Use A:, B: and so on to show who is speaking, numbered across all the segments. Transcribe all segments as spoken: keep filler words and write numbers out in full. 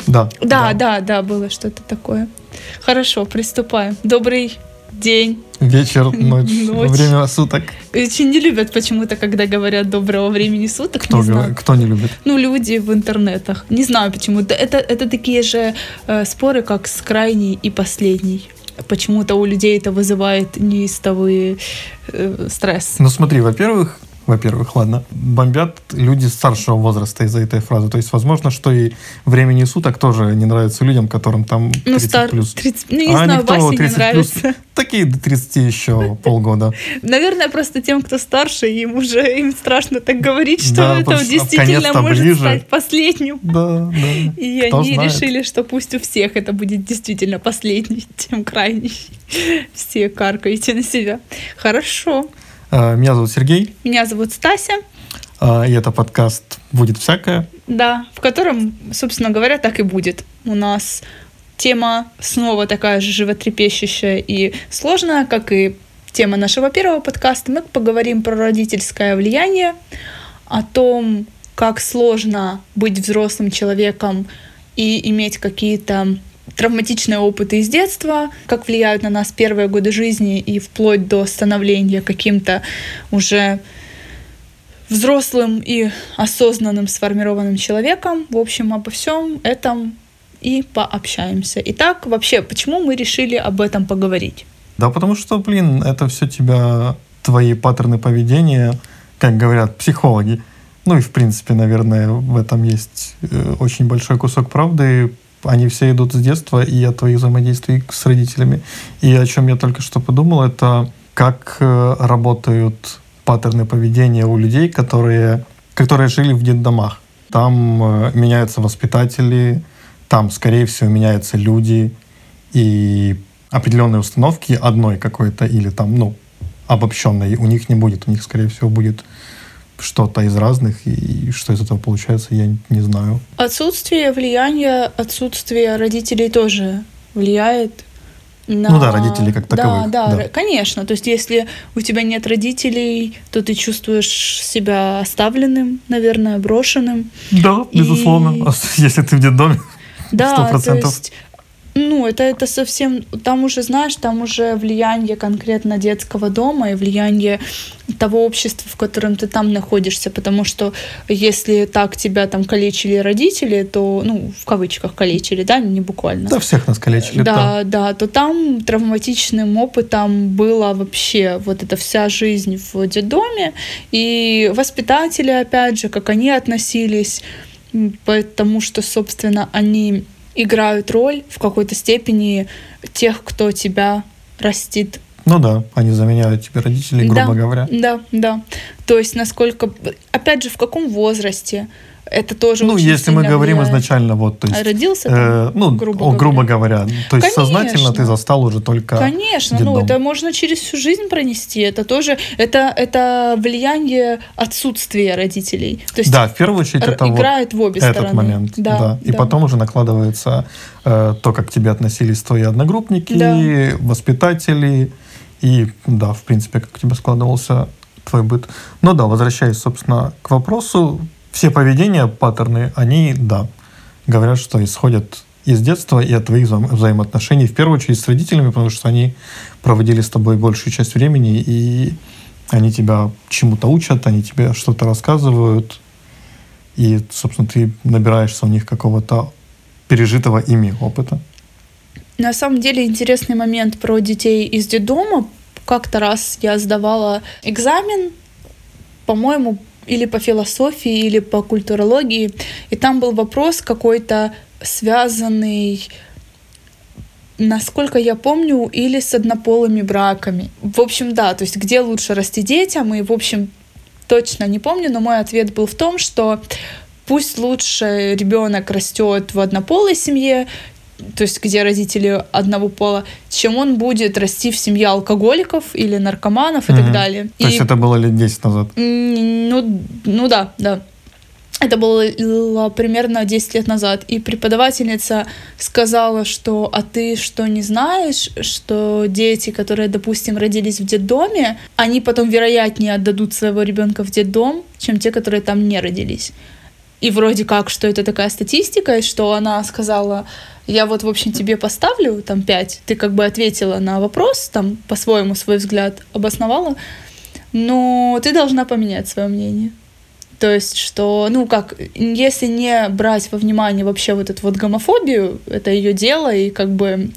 A: Да.
B: Да, да, да, да, было что-то такое. Хорошо, приступаем. Добрый день.
A: Вечер, ночь,
B: Ночь.
A: время суток.
B: Очень не любят почему-то, когда говорят доброго времени суток.
A: Кто,
B: не знаю.
A: кто не любит?
B: Ну, люди в интернетах. Не знаю почему. Это, это такие же э, споры, как с крайней и последней. Почему-то у людей это вызывает неистовый э, стресс.
A: Ну смотри, во-первых, во-первых, ладно, бомбят люди старшего возраста из-за этой фразы. То есть, возможно, что и времени суток тоже не нравится людям, которым там тридцать
B: Ну, стар...
A: плюс.
B: тридцать... Ну, не
A: а
B: знаю,
A: никто
B: Васе не
A: тридцать
B: нравится.
A: Плюс, такие до тридцати еще полгода.
B: Наверное, просто тем, кто старше, им уже им страшно так говорить, что
A: Да,
B: это
A: потому что
B: действительно
A: наконец-то
B: может
A: ближе.
B: стать последним.
A: Да, да.
B: И
A: Кто
B: они
A: знает.
B: решили, что пусть у всех это будет действительно последний, тем крайний. Все каркаете на себя. Хорошо.
A: А, Меня зовут Сергей,
B: Меня зовут Стася.
A: а, и это подкаст «Будет всякое».
B: Да, в котором, собственно говоря, так и будет. У нас тема снова такая же животрепещущая и сложная, как и тема нашего первого подкаста. Мы поговорим про родительское влияние, о том, как сложно быть взрослым человеком и иметь какие-то травматичные опыты из детства, как влияют на нас первые годы жизни и вплоть до становления каким-то уже взрослым и осознанным сформированным человеком. В общем, обо всем этом и пообщаемся. Итак, вообще, почему мы решили об этом поговорить?
A: Да, потому что, блин, это все тебя, твои паттерны поведения, как говорят психологи. Ну и, в принципе, наверное, в этом есть э, очень большой кусок правды. Они все идут с детства и от твоих взаимодействий с родителями. И о чем я только что подумал, это как э, работают паттерны поведения у людей, которые, которые жили в детдомах. Там э, меняются воспитатели, там, скорее всего, меняются люди, и определенные установки одной какой-то или там, ну, обобщенной у них не будет. У них, скорее всего, будет что-то из разных, и что из этого получается, я не знаю.
B: Отсутствие влияния, отсутствие родителей тоже влияет на...
A: Ну да, родители как таковых.
B: Да, да,
A: да,
B: конечно. То есть если у тебя нет родителей, то ты чувствуешь себя оставленным, наверное, брошенным.
A: Да,
B: И-
A: безусловно. А если ты в детдоме,
B: Да,
A: сто
B: то
A: процентов.
B: есть, ну, это, это совсем, там уже, знаешь, там уже влияние конкретно детского дома и влияние того общества, в котором ты там находишься, потому что если так тебя там калечили родители, то, ну, в кавычках калечили, да, не буквально.
A: Да, всех нас калечили.
B: Да, да, то там травматичным опытом была вообще вот эта вся жизнь в детдоме, и воспитатели, опять же, как они относились, м, потому что, собственно, они играют роль в какой-то степени тех, кто тебя растит.
A: Ну да, они заменяют тебе родителей, грубо
B: Да,
A: говоря.
B: Да, да. То есть насколько, опять же, в каком возрасте это тоже
A: Ну,
B: очень
A: если мы
B: сильно
A: говорим
B: влияет.
A: изначально, вот, то есть...
B: Родился
A: э,
B: там,
A: ну,
B: грубо
A: о, грубо
B: говоря.
A: говоря. То есть
B: Конечно.
A: сознательно ты застал уже только
B: Конечно, ну
A: детдом.
B: это можно через всю жизнь пронести. Это тоже это, это влияние отсутствия родителей. То есть
A: Да, в первую очередь
B: р-
A: это вот
B: играет в обе
A: этот
B: стороны.
A: момент.
B: Да,
A: И
B: да.
A: потом уже накладывается э, то, как к тебе относились твои одногруппники,
B: Да.
A: воспитатели, и, да, в принципе, как у тебя складывался твой быт. Ну да, возвращаясь, собственно, к вопросу, все поведения, паттерны, они, да, говорят, что исходят из детства и от твоих вза- взаимоотношений, в первую очередь с родителями, потому что они проводили с тобой большую часть времени, и они тебя чему-то учат, они тебе что-то рассказывают, и, собственно, ты набираешься у них какого-то пережитого ими опыта.
B: На самом деле интересный момент про детей из детдома. Как-то раз я сдавала экзамен, по-моему, или по философии, или по культурологии, и там был вопрос какой-то связанный, насколько я помню, или с однополыми браками. В общем, да, то есть где лучше расти детям, и, в общем, точно не помню, но мой ответ был в том, что пусть лучше ребенок растет в однополой семье, то есть где родители одного пола, чем он будет расти в семье алкоголиков или наркоманов и
A: Мгм.
B: так далее.
A: То
B: И,
A: есть это было лет десять назад.
B: м, ну, ну да, да. Это было примерно десять лет назад. И преподавательница сказала, что «а ты что, не знаешь, что дети, которые, допустим, родились в детдоме, они потом вероятнее отдадут своего ребенка в детдом, чем те, которые там не родились». и вроде как, что это такая статистика, и что она сказала, я вот, в общем, тебе поставлю там пять, ты как бы ответила на вопрос, там, по-своему свой взгляд обосновала, но ты должна поменять свое мнение. То есть, что, ну, как, если не брать во внимание вообще вот эту вот гомофобию, это ее дело, и как бы...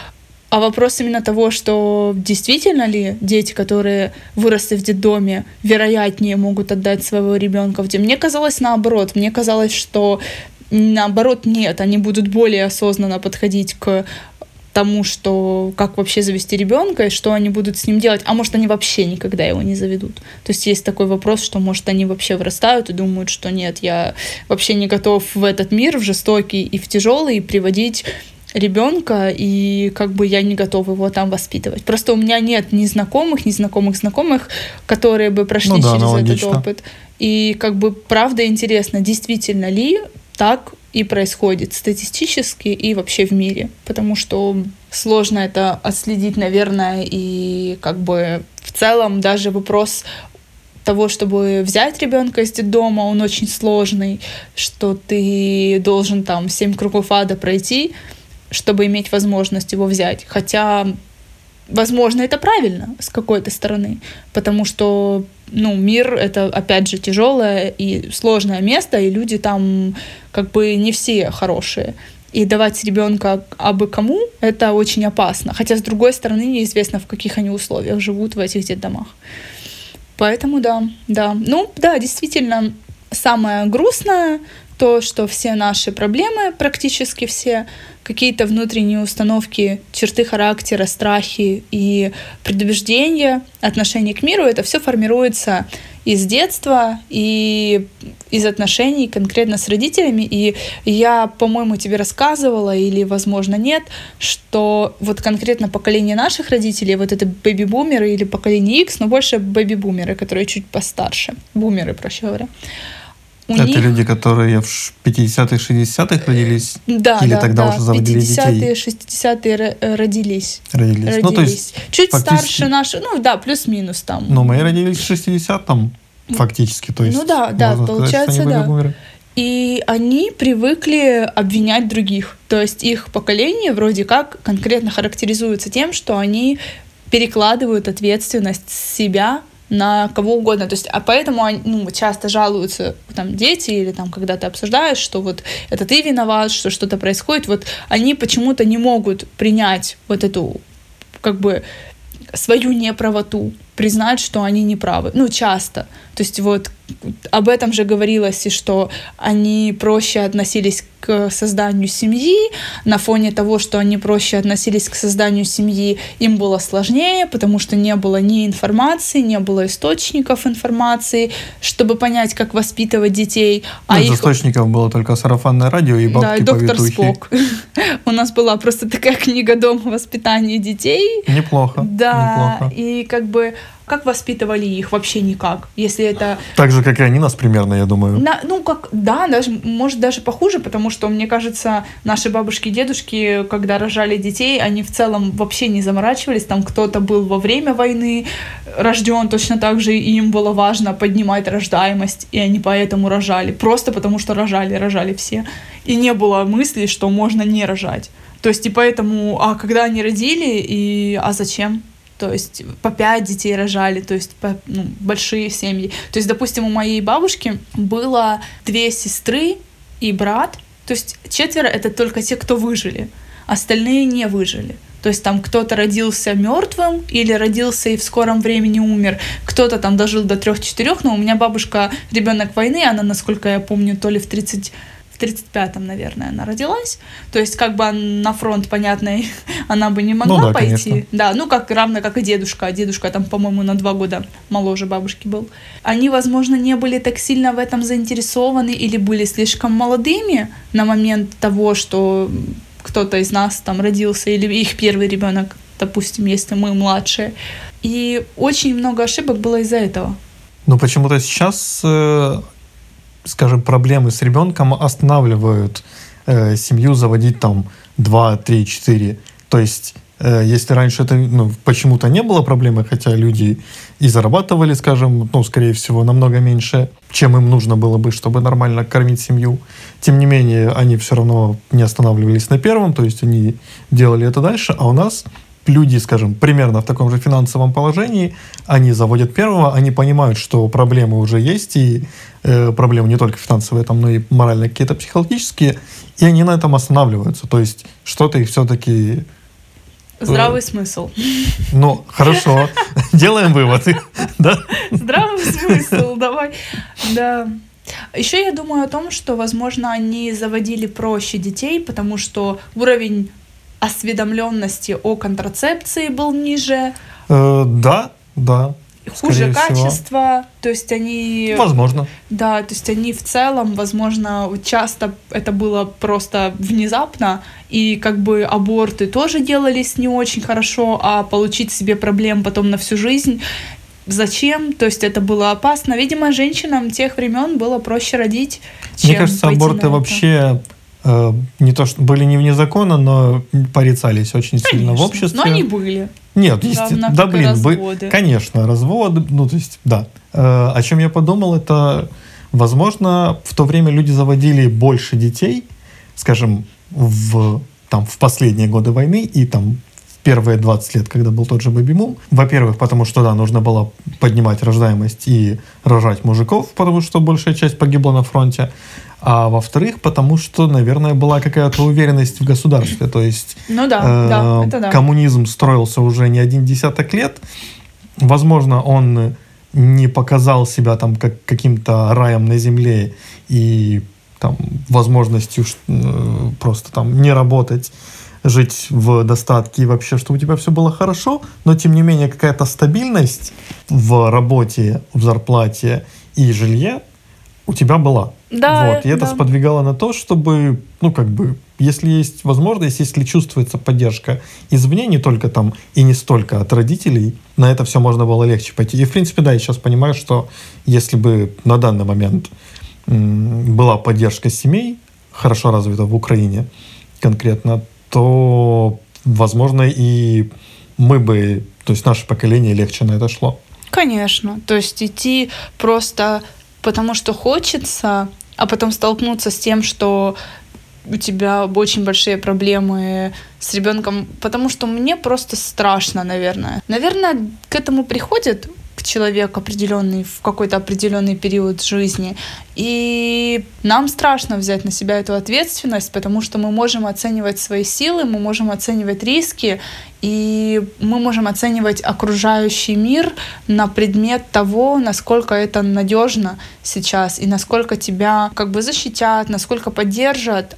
B: А вопрос именно того, что действительно ли дети, которые выросли в детдоме, вероятнее могут отдать своего ребенка в дом. Мне казалось наоборот. Мне казалось, что наоборот нет, они будут более осознанно подходить к тому, что как вообще завести ребенка и что они будут с ним делать. А может, они вообще никогда его не заведут. То есть есть такой вопрос, что может они вообще вырастают и думают, что нет, я вообще не готов в этот мир, в жестокий и в тяжелый, приводить ребенка, и как бы я не готова его там воспитывать. Просто у меня нет ни знакомых, ни знакомых знакомых, которые бы прошли
A: ну, да,
B: через
A: аналогично.
B: этот опыт. И как бы правда интересно, действительно ли так и происходит статистически и вообще в мире. Потому что сложно это отследить, наверное, и как бы в целом даже вопрос того, чтобы взять ребенка из детдома, он очень сложный, что ты должен там семь кругов ада пройти, чтобы иметь возможность его взять. Хотя, возможно, это правильно с какой-то стороны, потому что, ну, мир — это, опять же, тяжелое и сложное место, и люди там как бы не все хорошие. И давать ребенка абы кому — это очень опасно. Хотя, с другой стороны, неизвестно, в каких они условиях живут в этих детдомах. Поэтому да, да. Ну, да, действительно, самое грустное то, что все наши проблемы, практически все, какие-то внутренние установки, черты характера, страхи и предубеждения, отношение к миру, это все формируется из детства и из отношений конкретно с родителями. И я, по-моему, тебе рассказывала, или, возможно, нет, что вот конкретно поколение наших родителей, вот это бэби-бумеры или поколение X, но больше бэби-бумеры, которые чуть постарше, бумеры, проще говоря.
A: У это них... люди, которые в пятидесятых, шестидесятых родились?
B: Да,
A: или
B: да,
A: тогда
B: да.
A: уже заводили детей?
B: пятидесятые, шестидесятые родились.
A: Родились.
B: родились.
A: Ну, то есть
B: чуть
A: фактически...
B: старше наши, ну да, плюс-минус там.
A: Но мы родились в шестидесятом, фактически. То есть,
B: ну да, да, получается,
A: сказать,
B: да.
A: Бумеры.
B: И они привыкли обвинять других. То есть их поколение вроде как конкретно характеризуется тем, что они перекладывают ответственность с себя на кого угодно. То есть, а поэтому они, ну, часто жалуются там, дети, или там, когда ты обсуждаешь, что вот это ты виноват, что что-то происходит. Вот они почему-то не могут принять вот эту как бы свою неправоту, признать, что они неправы. Ну, часто. То есть вот об этом же говорилось, и что они проще относились к созданию семьи, на фоне того, что они проще относились к созданию семьи, им было сложнее, потому что не было ни информации, не было источников информации, чтобы понять, как воспитывать детей.
A: А
B: ну,
A: из
B: их...
A: источников было только сарафанное радио и бабки
B: да, и доктор
A: повитухи.
B: Спок. У нас была просто такая книга «Дом воспитания детей».
A: Неплохо.
B: Да,
A: неплохо.
B: И как бы как воспитывали их? Вообще никак. Если это...
A: Так же, как и они нас примерно, я думаю.
B: На, ну, как, да, даже, может, даже похуже, потому что, мне кажется, наши бабушки и дедушки, когда рожали детей, они в целом вообще не заморачивались. Там кто-то был во время войны рожден точно так же, и им было важно поднимать рождаемость, и они поэтому рожали. Просто потому что рожали, рожали все. И не было мысли, что можно не рожать. То есть, и поэтому, а когда они родили, и а зачем? То есть по пять детей рожали, то есть по, ну, большие семьи. То есть, допустим, у моей бабушки было две сестры и брат. То есть четверо — это только те, кто выжили. Остальные не выжили. То есть там кто-то родился мертвым или родился и в скором времени умер. Кто-то там дожил до трех-четырех, но у меня бабушка ребенок войны, она, насколько я помню, то ли в тридцать... В тридцать пятом, наверное, она родилась. То есть, как бы на фронт, понятно, она бы не могла
A: ну, да,
B: пойти.
A: Конечно.
B: Да, ну, как равно как и дедушка. Дедушка там, по-моему, на два года моложе бабушки был. Они, возможно, не были так сильно в этом заинтересованы или были слишком молодыми на момент того, что кто-то из нас там родился, или их первый ребенок, допустим, если мы младшие. И очень много ошибок было из-за этого.
A: Ну, почему-то сейчас... Э... скажем, проблемы с ребенком останавливают э, семью заводить там два, три, четыре. То есть Если раньше это ну, почему-то не было проблемы, хотя люди и зарабатывали, скажем, ну, скорее всего, намного меньше, чем им нужно было бы, чтобы нормально кормить семью. Тем не менее, они все равно не останавливались на первом, то есть они делали это дальше, а у нас люди, скажем, примерно в таком же финансовом положении, они заводят первого, они понимают, что проблемы уже есть, и э, проблемы не только финансовые, там, но и морально какие-то психологические, и они на этом останавливаются. То есть что-то их все-таки...
B: Здравый смысл.
A: Ну, хорошо. Делаем выводы. Да?
B: Здравый смысл, давай. Да. Еще я думаю о том, что, возможно, они заводили проще детей, потому что уровень осведомленности о контрацепции был ниже.
A: Э, да, да.
B: Хуже качество, то есть они...
A: Возможно.
B: Да, то есть они в целом, возможно, часто это было просто внезапно, и как бы аборты тоже делались не очень хорошо, а получить себе проблем потом на всю жизнь зачем? То есть это было опасно. Видимо, женщинам тех времен было проще родить, чем
A: Мне кажется,
B: пойти
A: аборты
B: на это.
A: вообще э, не то, что были не вне закона, но порицались очень
B: Конечно,
A: сильно в обществе.
B: Но они были.
A: Нет, естественно, да, блин, бы, конечно, разводы, ну, то есть, да. Э, о чем я подумал, это, возможно, в то время люди заводили больше детей, скажем, в, там, в последние годы войны и там в первые двадцать лет, когда был тот же бэби-бум. Во-первых, потому что, да, нужно было поднимать рождаемость и рожать мужиков, потому что большая часть погибла на фронте. А во-вторых, потому что, наверное, была какая-то уверенность в государстве. То есть
B: ну да,
A: э,
B: да, это да.
A: коммунизм строился уже не один десяток лет. Возможно, он не показал себя там как каким-то раем на земле и там, возможностью э, просто там не работать, жить в достатке и вообще, чтобы у тебя все было хорошо. Но, тем не менее, какая-то стабильность в работе, в зарплате и жилье у тебя была.
B: Да,
A: вот. И это
B: да.
A: сподвигало на то, чтобы, ну, как бы, если есть возможность, если чувствуется поддержка извне, не только там и не столько от родителей, на это все можно было легче пойти. И, в принципе, да, я сейчас понимаю, что если бы на данный момент м- была поддержка семей, хорошо развита в Украине конкретно, то, возможно, и мы бы, то есть наше поколение легче на это шло.
B: Конечно. То есть идти просто потому, что хочется, а потом столкнуться с тем, что у тебя очень большие проблемы с ребенком, потому что мне просто страшно, наверное. Наверное, к этому приходит человек определенный в какой-то определенный период жизни, и нам страшно взять на себя эту ответственность, потому что мы можем оценивать свои силы, мы можем оценивать риски, и мы можем оценивать окружающий мир на предмет того, насколько это надежно сейчас, и насколько тебя как бы защитят, насколько поддержат.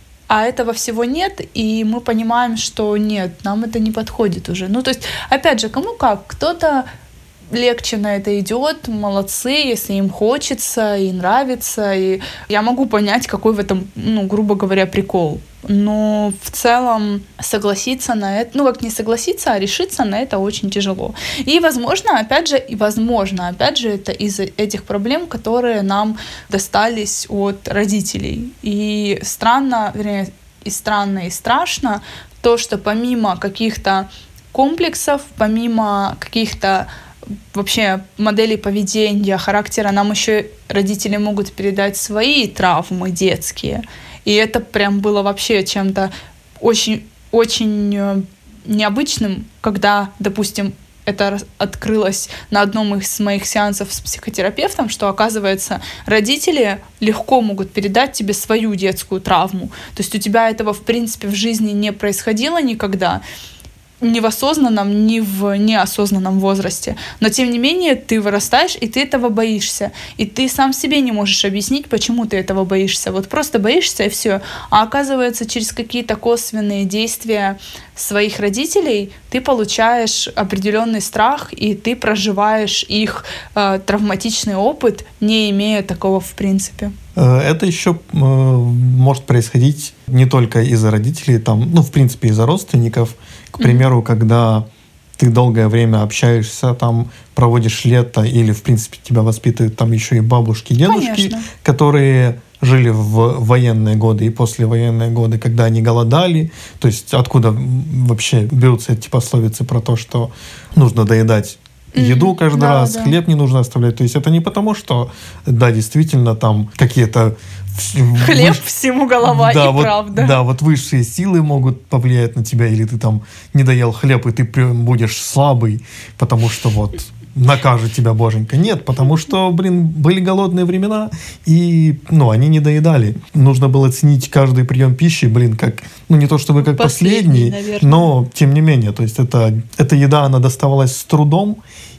B: А этого всего нет, и мы понимаем, что нет, нам это не подходит уже. Ну, то есть, опять же, кому как, кто-то легче на это идет, молодцы, если им хочется и нравится, и я могу понять, какой в этом, ну, грубо говоря, прикол. Но в целом согласиться на это, ну, как не согласиться, а решиться на это очень тяжело. И, возможно, опять же, и возможно, опять же, это из-за этих проблем, которые нам достались от родителей. И странно, вернее, и странно, и страшно то, что помимо каких-то комплексов, помимо каких-то вообще моделей поведения, характера, нам еще родители могут передать свои травмы детские. И это прям было вообще чем-то очень, очень необычным, когда, допустим, это открылось на одном из моих сеансов с психотерапевтом, что, оказывается, родители легко могут передать тебе свою детскую травму. То есть у тебя этого, в принципе, в жизни не происходило никогда, ни в осознанном, ни в неосознанном возрасте. Но, тем не менее, ты вырастаешь, и ты этого боишься. И ты сам себе не можешь объяснить, почему ты этого боишься. Вот просто боишься, и все. А оказывается, через какие-то косвенные действия своих родителей ты получаешь определенный страх, и ты проживаешь их э, травматичный опыт, не имея такого в принципе.
A: Это еще э, может происходить не только из-за родителей, там, ну, в принципе, из-за родственников. К примеру, mm-hmm. когда ты долгое время общаешься, там, проводишь лето, или, в принципе, тебя воспитывают там еще и бабушки, дедушки, Конечно. которые жили в военные годы и послевоенные годы, когда они голодали. То есть откуда вообще берутся эти пословицы про то, что нужно доедать еду mm-hmm. каждый да, раз, да. хлеб не нужно оставлять. То есть это не потому, что, да, действительно, там какие-то...
B: Хлеб выш... всему голова,
A: да,
B: и
A: вот,
B: правда.
A: Да, вот высшие силы могут повлиять на тебя, или ты там не доел хлеб, и ты будешь слабый, потому что вот накажет тебя боженька. Нет, потому что, блин, были голодные времена, и, ну, они не доедали. Нужно было ценить каждый прием пищи, блин, как, ну, не то чтобы как последний, последний но тем не менее, то есть это, эта еда, она доставалась с трудом,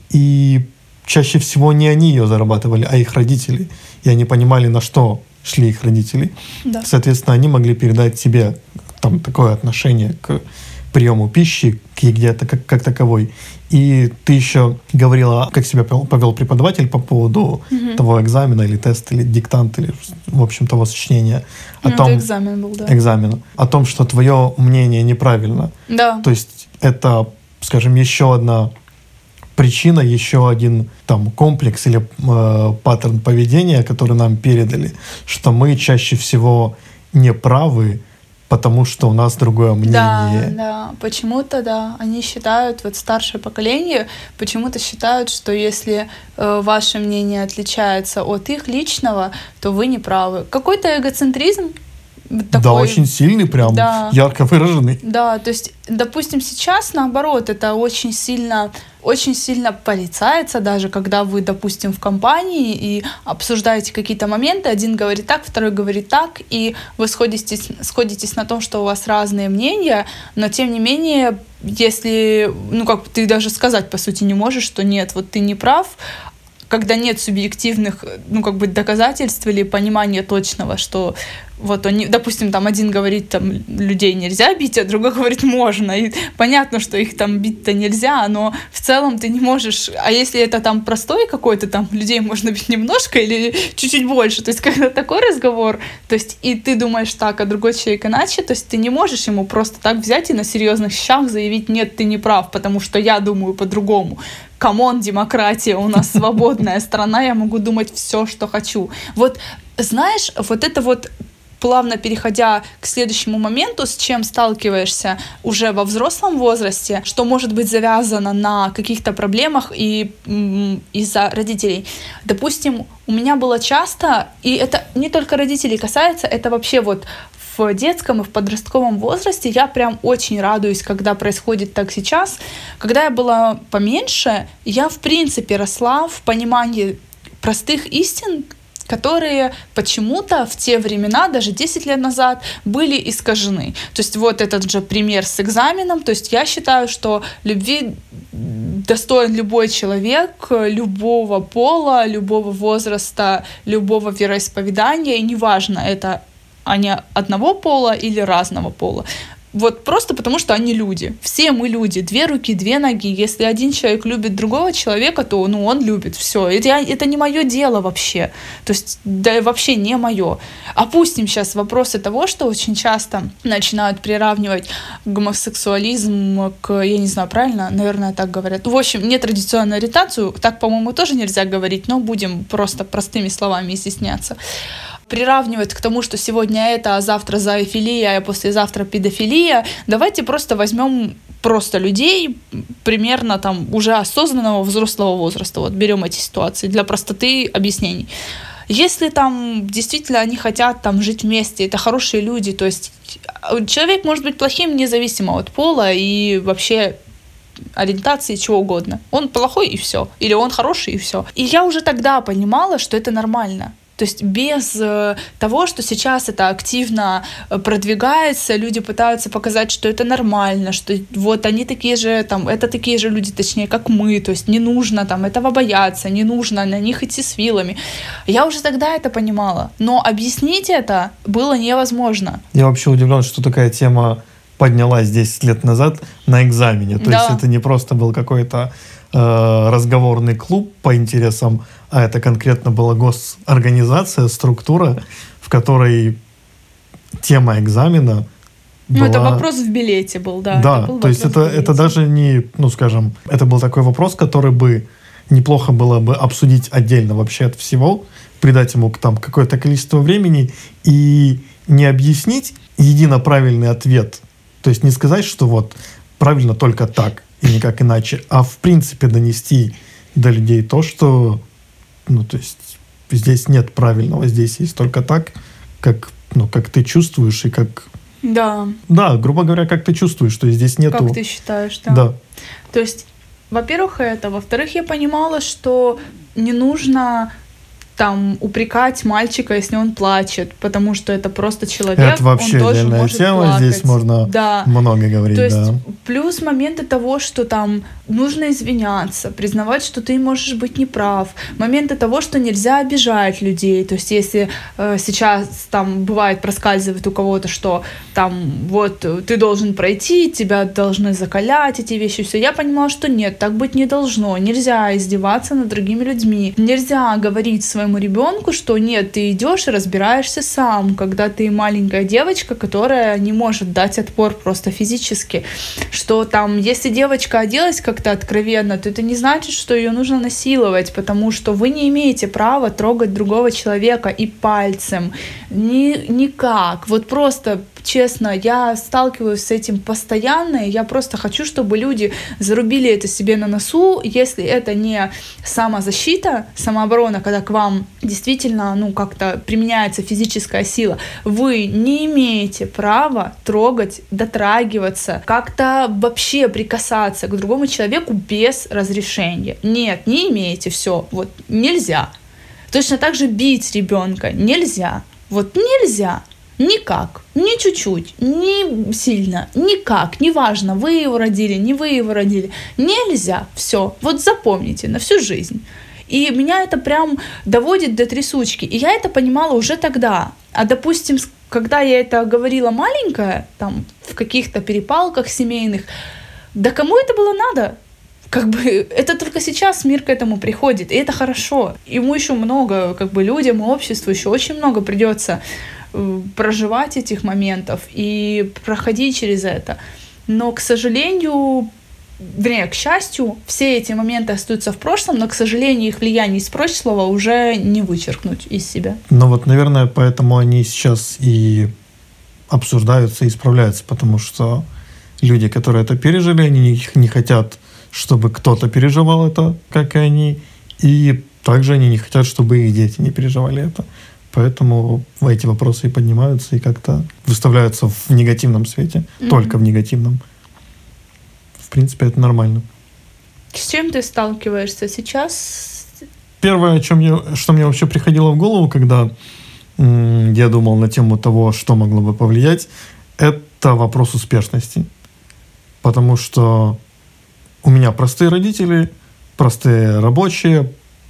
A: и чаще всего не они ее зарабатывали, а их родители. И они понимали, на что шли их родители. Да. Соответственно, они могли передать тебе там такое отношение к приему пищи, к еде как, как таковой. И ты еще говорила, как себя повел преподаватель по поводу угу. того экзамена или теста, или диктанта, или, в общем, того сочинения. О
B: ну,
A: том,
B: это экзамен был, да.
A: Экзамен. О том, что твое мнение неправильно.
B: Да.
A: То есть это, скажем, еще одна причина, еще один там комплекс или э, паттерн поведения, который нам передали, что мы чаще всего не правы, потому что у нас другое мнение.
B: Да, да, почему-то, да, они считают, вот старшее поколение почему-то считают, что если э, ваше мнение отличается от их личного, то вы не правы. Какой-то эгоцентризм. Такой,
A: да, очень сильный, прям да, ярко выраженный.
B: Да, то есть, допустим, сейчас наоборот, это очень сильно, очень сильно порицается даже, когда вы, допустим, в компании и обсуждаете какие-то моменты, один говорит так, второй говорит так, и вы сходитесь, сходитесь на том, что у вас разные мнения, но тем не менее, если, ну как ты даже сказать по сути не можешь, что нет, вот ты не прав, когда нет субъективных, ну, как бы доказательств или понимания точного, что вот он, допустим, там один говорит, там, людей нельзя бить, а другой говорит, можно. И понятно, что их там бить-то нельзя, но в целом ты не можешь... А если это там простой какой-то, там, людей можно бить немножко или чуть-чуть больше, то есть когда такой разговор, то есть и ты думаешь так, а другой человек иначе, то есть ты не можешь ему просто так взять и на серьезных щах заявить, нет, ты не прав, потому что я думаю по-другому. Камон, демократия, у нас свободная страна, я могу думать все, что хочу. Вот, знаешь, вот это вот, плавно переходя к следующему моменту, с чем сталкиваешься уже во взрослом возрасте, что может быть завязано на каких-то проблемах и м- из-за родителей. Допустим, у меня было часто, и это не только родителей касается, это вообще вот в детском и в подростковом возрасте я прям очень радуюсь, когда происходит так сейчас. Когда я была поменьше, я в принципе росла в понимании простых истин, которые почему-то в те времена, даже десять лет назад, были искажены. То есть вот этот же пример с экзаменом. То есть я считаю, что любви достоин любой человек, любого пола, любого возраста, любого вероисповедания, и неважно, это они одного пола или разного пола. Вот просто потому, что они люди. Все мы люди. Две руки, две ноги. Если один человек любит другого человека, то ну, он любит. Все. Это, это не мое дело вообще. То есть, да вообще не мое. Опустим сейчас вопросы того, что очень часто начинают приравнивать гомосексуализм к, я не знаю, правильно? Наверное, так говорят. В общем, нетрадиционную ориентацию. Так, по-моему, тоже нельзя говорить, но будем просто простыми словами изъясняться. Приравнивать к тому, что сегодня это, а завтра зоофилия, а послезавтра педофилия. Давайте просто возьмем просто людей примерно там уже осознанного взрослого возраста. Вот берем эти ситуации для простоты объяснений. Если там действительно они хотят там жить вместе, это хорошие люди, то есть человек может быть плохим независимо от пола и вообще ориентации, чего угодно. Он плохой и все. Или он хороший и все. И я уже тогда понимала, что это нормально. То есть без э, того, что сейчас это активно продвигается, люди пытаются показать, что это нормально, что вот они такие же, там, это такие же люди, точнее, как мы, то есть не нужно там этого бояться, не нужно на них идти с вилами. Я уже тогда это понимала, но объяснить это было невозможно.
A: Я вообще удивлен, что такая тема поднялась десять лет назад на экзамене. То да. есть это не просто был какой-то э, разговорный клуб по интересам, а это конкретно была госорганизация, структура, в которой тема экзамена
B: ну,
A: была...
B: это вопрос в билете был, да.
A: Да, то есть это, это даже не, ну, скажем, это был такой вопрос, который бы неплохо было бы обсудить отдельно вообще от всего, придать ему там какое-то количество времени и не объяснить едино правильный ответ. То есть не сказать, что вот правильно только так и никак иначе, а в принципе донести до людей то, что, ну, то есть здесь нет правильного, здесь есть только так, как, ну, как ты чувствуешь и как...
B: Да.
A: Да, грубо говоря, как ты чувствуешь, что здесь нету...
B: Как ты считаешь, да.
A: Да.
B: То есть, во-первых, это. Во-вторых, я понимала, что не нужно там упрекать мальчика, если он плачет, потому что это просто человек,
A: это вообще
B: он тоже
A: отдельная
B: может
A: тема,
B: плакать.
A: здесь можно
B: да.
A: много говорить.
B: То есть
A: да.
B: плюс моменты того, что там нужно извиняться, признавать, что ты можешь быть неправ, моменты того, что нельзя обижать людей, то есть если э, сейчас там бывает проскальзывает у кого-то, что там вот ты должен пройти, тебя должны закалять, эти вещи, все, я понимала, что нет, так быть не должно, нельзя издеваться над другими людьми, нельзя говорить своему ребенку, что нет, ты идешь и разбираешься сам, когда ты маленькая девочка, которая не может дать отпор просто физически, что там, если девочка оделась как-то откровенно, то это не значит, что ее нужно насиловать, потому что вы не имеете права трогать другого человека и пальцем, ни, никак, вот просто честно, я сталкиваюсь с этим постоянно, и я просто хочу, чтобы люди зарубили это себе на носу, если это не самозащита, самооборона, когда к вам действительно, ну, как-то применяется физическая сила, вы не имеете права трогать, дотрагиваться, как-то вообще прикасаться к другому человеку без разрешения. Нет, не имеете, все, вот нельзя. Точно так же бить ребенка нельзя, вот нельзя. Никак, ни чуть-чуть, ни сильно, никак, неважно, вы его родили, не вы его родили, нельзя, все, вот запомните на всю жизнь. И меня это прям доводит до трясучки, и я это понимала уже тогда, а допустим, когда я это говорила маленькая, там, в каких-то перепалках семейных, да кому это было надо? Как бы это только сейчас мир к этому приходит, и это хорошо, ему еще много, как бы людям и обществу еще очень много придется проживать этих моментов и проходить через это. Но, к сожалению, вернее, к счастью, все эти моменты остаются в прошлом, но, к сожалению, их влияние из прошлого уже не вычеркнуть из себя.
A: Ну вот, наверное, поэтому они сейчас и обсуждаются, и исправляются, потому что люди, которые это пережили, они не хотят, чтобы кто-то переживал это, как и они, и также они не хотят, чтобы их дети не переживали это. Поэтому эти вопросы и поднимаются, и как-то выставляются в негативном свете, mm-hmm. только в негативном. В принципе, это нормально.
B: С чем ты сталкиваешься сейчас?
A: Первое, о чем я, что мне вообще приходило в голову, когда м- я думал на тему того, что могло бы повлиять, это вопрос успешности. Потому что у меня простые родители, простые рабочие,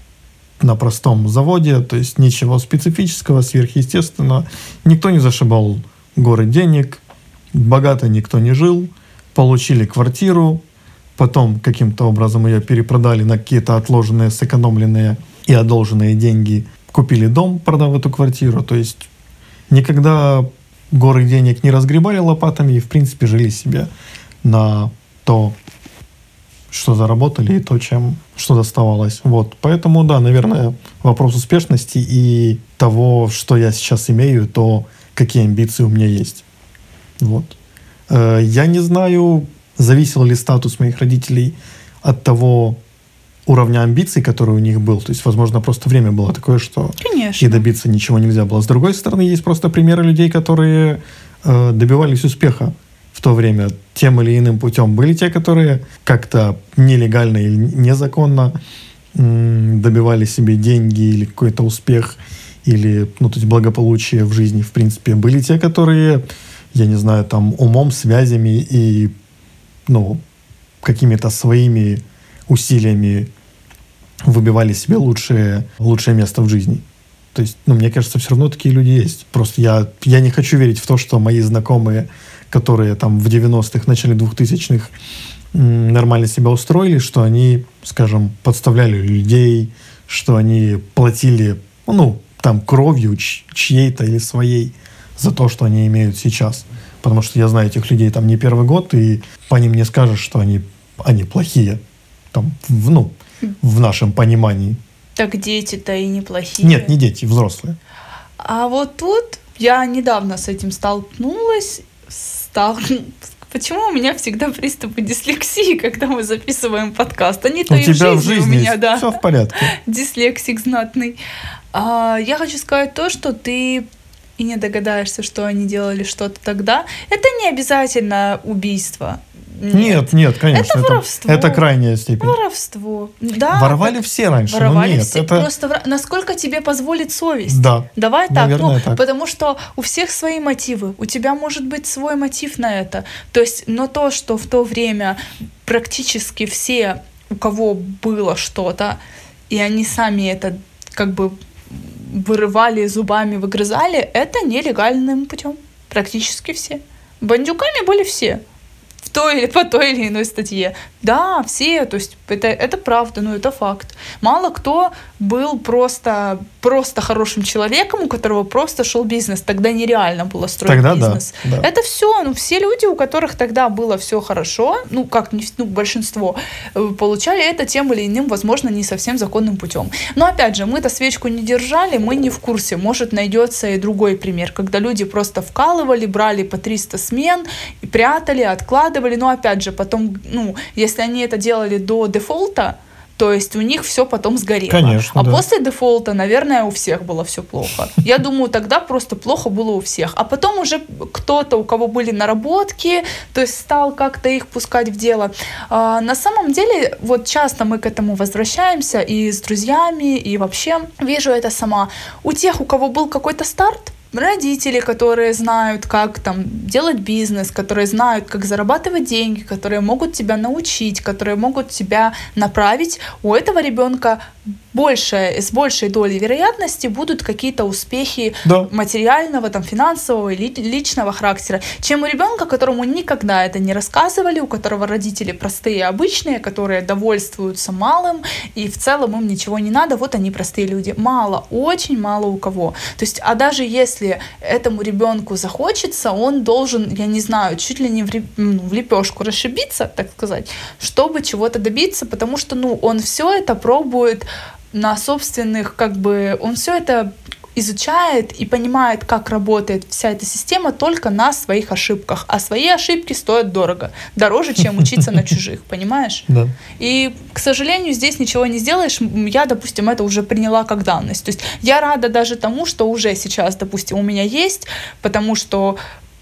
A: на простом заводе, то есть ничего специфического, сверхъестественного. Никто не зашибал горы денег, богато никто не жил, получили квартиру, потом каким-то образом ее перепродали на какие-то отложенные, сэкономленные и одолженные деньги, купили дом, продав эту квартиру. То есть никогда горы денег не разгребали лопатами и, в принципе, жили себе на то, что заработали, и то, чем что доставалось. Вот. Поэтому, да, наверное, вопрос успешности и того, что я сейчас имею, то какие амбиции у меня есть. Вот. Я не знаю, зависел ли статус моих родителей от того уровня амбиций, который у них был. То есть, возможно, просто время было такое, что
B: Конечно.
A: И добиться ничего нельзя было. С другой стороны, есть просто примеры людей, которые э, добивались успеха в то время тем или иным путем. Были те, которые как-то нелегально или незаконно м, добивали себе деньги или какой-то успех, или, ну, то есть благополучие в жизни, в принципе. Были те, которые, я не знаю, там, умом, связями и, ну, какими-то своими усилиями выбивали себе лучшее, лучшее место в жизни. То есть, ну, мне кажется, все равно такие люди есть. Просто я, я не хочу верить в то, что мои знакомые, которые там в девяностых, в начале двухтысячных м, нормально себя устроили, что они, скажем, подставляли людей, что они платили, ну, там, кровью чьей-то или своей за то, что они имеют сейчас. Потому что я знаю этих людей там не первый год, и по ним не скажешь, что они, они плохие. Там, ну, в нашем понимании.
B: Так дети-то и неплохие.
A: Нет, не дети, взрослые.
B: А вот тут я недавно с этим столкнулась. Стал... Почему у меня всегда приступы дислексии, когда мы записываем подкаст? Они-то
A: у
B: и
A: тебя
B: в жизни,
A: в жизни
B: у меня, да.
A: Все в порядке.
B: Дислексик знатный. А, я хочу сказать то, что ты и не догадаешься, что они делали что-то тогда. Это не обязательно убийство.
A: Нет, нет, нет, конечно.
B: Это воровство.
A: Это, это крайняя степень.
B: Воровство. Да,
A: воровали
B: так,
A: все раньше,
B: воровали
A: но нет.
B: все.
A: Это...
B: Просто вор... насколько тебе позволит совесть.
A: Да.
B: Давай так.
A: Наверное,
B: Ну,
A: так.
B: потому что у всех свои мотивы. У тебя может быть свой мотив на это. То есть, но то, что в то время практически все, у кого было что-то, и они сами это как бы вырывали зубами, выгрызали, это нелегальным путем. Практически все. Бандюками были все. В той или по той или иной статье. Да, все, то есть это, это правда, но это факт. Мало кто был просто, просто хорошим человеком, у которого просто шел бизнес. Тогда нереально было строить
A: тогда
B: бизнес.
A: Да, да.
B: Это все, ну, все люди, у которых тогда было все хорошо, ну, как ну, большинство, получали это тем или иным, возможно, не совсем законным путем. Но опять же, мы-то свечку не держали, мы не в курсе. Может, найдется и другой пример, когда люди просто вкалывали, брали по триста смен, и прятали, откладывали. Но опять же, потом, ну, если они это делали до дефолта, то есть у них все потом сгорело.
A: Конечно,
B: а
A: да.
B: после дефолта, наверное, у всех было все плохо. Я думаю, тогда просто плохо было у всех. А потом уже кто-то, у кого были наработки, то есть стал как-то их пускать в дело. А, на самом деле, вот часто мы к этому возвращаемся и с друзьями, и вообще вижу это сама. У тех, у кого был какой-то старт, родители, которые знают, как там делать бизнес, которые знают, как зарабатывать деньги, которые могут тебя научить, которые могут тебя направить, у этого ребенка больше, с большей долей вероятности будут какие-то успехи
A: да.
B: материального, там, финансового или личного характера, чем у ребенка, которому никогда это не рассказывали, у которого родители простые, обычные, которые довольствуются малым, и в целом им ничего не надо, вот они простые люди. Мало, очень мало у кого. То есть, а даже если этому ребенку захочется, он должен, я не знаю, чуть ли не в, ну, в лепешку расшибиться, так сказать, чтобы чего-то добиться, потому что, ну, он все это пробует на собственных, как бы, он все это изучает и понимает, как работает вся эта система только на своих ошибках. А свои ошибки стоят дорого. Дороже, чем учиться на чужих, понимаешь?
A: Да.
B: И, к сожалению, здесь ничего не сделаешь. Я, допустим, это уже приняла как данность. То есть я рада даже тому, что уже сейчас, допустим, у меня есть, потому что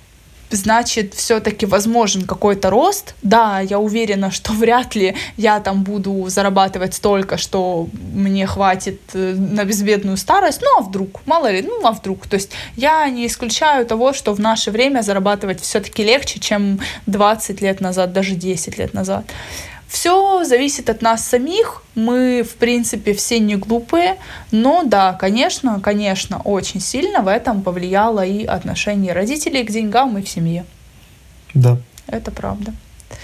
B: значит, все-таки возможен какой-то рост. Да, я уверена, что вряд ли я там буду зарабатывать столько, что мне хватит на безбедную старость. Ну, а вдруг? Мало ли, ну, а вдруг? То есть я не исключаю того, что в наше время зарабатывать все-таки легче, чем двадцать лет назад, даже десять лет назад. Все зависит от нас самих. Мы, в принципе, все не глупые. Но да, конечно, конечно, очень сильно в этом повлияло и отношение родителей к деньгам и в семье.
A: Да.
B: Это правда.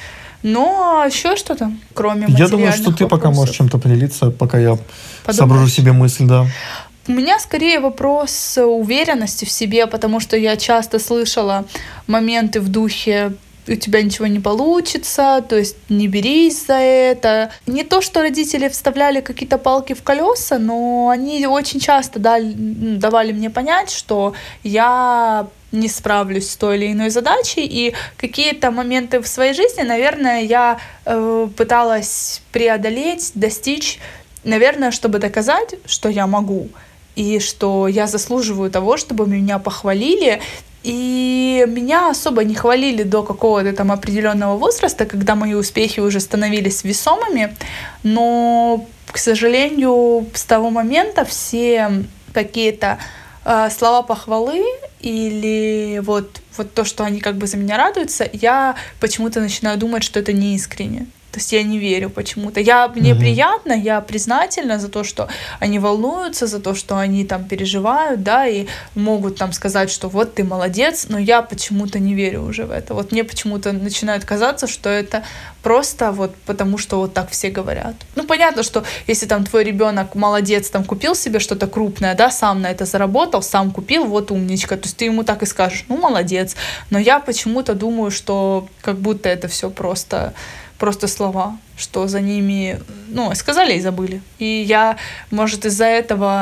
B: Но еще что-то, кроме материальных
A: Я думаю, что ты
B: вопросов?
A: пока можешь чем-то поделиться, пока я
B: Подумаешь?
A: соображу себе мысль, да.
B: У меня скорее вопрос уверенности в себе, потому что я часто слышала моменты в духе: у тебя ничего не получится, то есть не берись за это. Не то, что родители вставляли какие-то палки в колеса, но они очень часто дали, давали мне понять, что я не справлюсь с той или иной задачей, и какие-то моменты в своей жизни, наверное, я э, пыталась преодолеть, достичь, наверное, чтобы доказать, что я могу, и что я заслуживаю того, чтобы меня похвалили. И меня особо не хвалили до какого-то там определенного возраста, когда мои успехи уже становились весомыми, но, к сожалению, с того момента все какие-то э, слова похвалы или вот, вот то, что они как бы за меня радуются, я почему-то начинаю думать, что это не искренне. То есть я не верю почему-то. Я, мне mm-hmm. приятно, я признательна за то, что они волнуются, за то, что они там переживают, да, и могут там сказать, что вот ты молодец, но я почему-то не верю уже в это. Вот мне почему-то начинает казаться, что это просто вот потому, что вот так все говорят. Ну, понятно, что если там твой ребенок молодец, там купил себе что-то крупное, да, сам на это заработал, сам купил, вот умничка, то есть ты ему так и скажешь, ну, молодец. Но я почему-то думаю, что как будто это все просто... просто слова, что за ними, ну, сказали и забыли. И я, может, из-за этого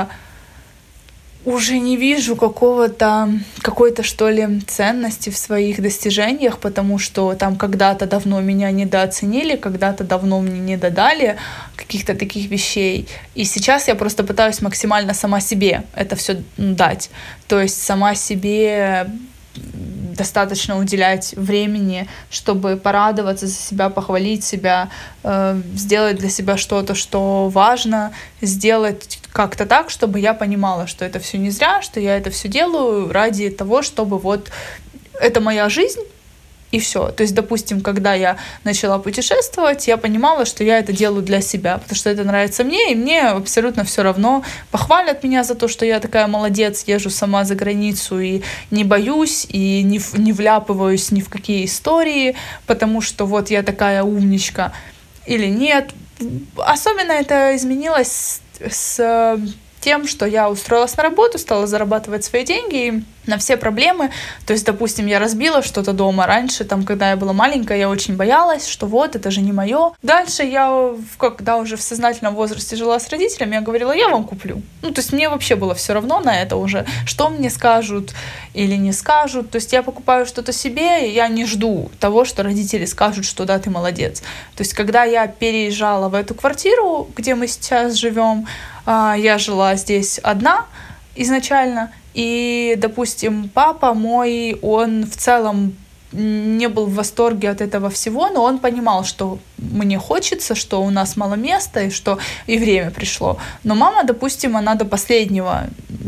B: уже не вижу какого-то, какой-то, что ли, ценности в своих достижениях, потому что там когда-то давно меня недооценили, когда-то давно мне не додали каких-то таких вещей. И сейчас я просто пытаюсь максимально сама себе это все дать. То есть сама себе достаточно уделять времени, чтобы порадоваться за себя, похвалить себя, э, сделать для себя что-то, что важно, сделать как-то так, чтобы я понимала, что это все не зря, что я это все делаю ради того, чтобы вот это моя жизнь, и все. То есть, допустим, когда я начала путешествовать, я понимала, что я это делаю для себя, потому что это нравится мне, и мне абсолютно все равно. Похвалят меня за то, что я такая молодец, езжу сама за границу и не боюсь, и не, не вляпываюсь ни в какие истории, потому что вот я такая умничка. Или нет. Особенно это изменилось с, с тем, что я устроилась на работу, стала зарабатывать свои деньги, и на все проблемы. То есть, допустим, я разбила что-то дома. Раньше, там, когда я была маленькая, я очень боялась, что вот, это же не мое. Дальше я, когда уже в сознательном возрасте жила с родителями, я говорила, я вам куплю. Ну, то есть мне вообще было все равно на это уже, что мне скажут или не скажут. То есть я покупаю что-то себе, и я не жду того, что родители скажут, что да, ты молодец. То есть когда я переезжала в эту квартиру, где мы сейчас живем, я жила здесь одна изначально, и, допустим, папа мой, он в целом не был в восторге от этого всего, но он понимал, что мне хочется, что у нас мало места и что и время пришло. Но мама, допустим, она до последнего,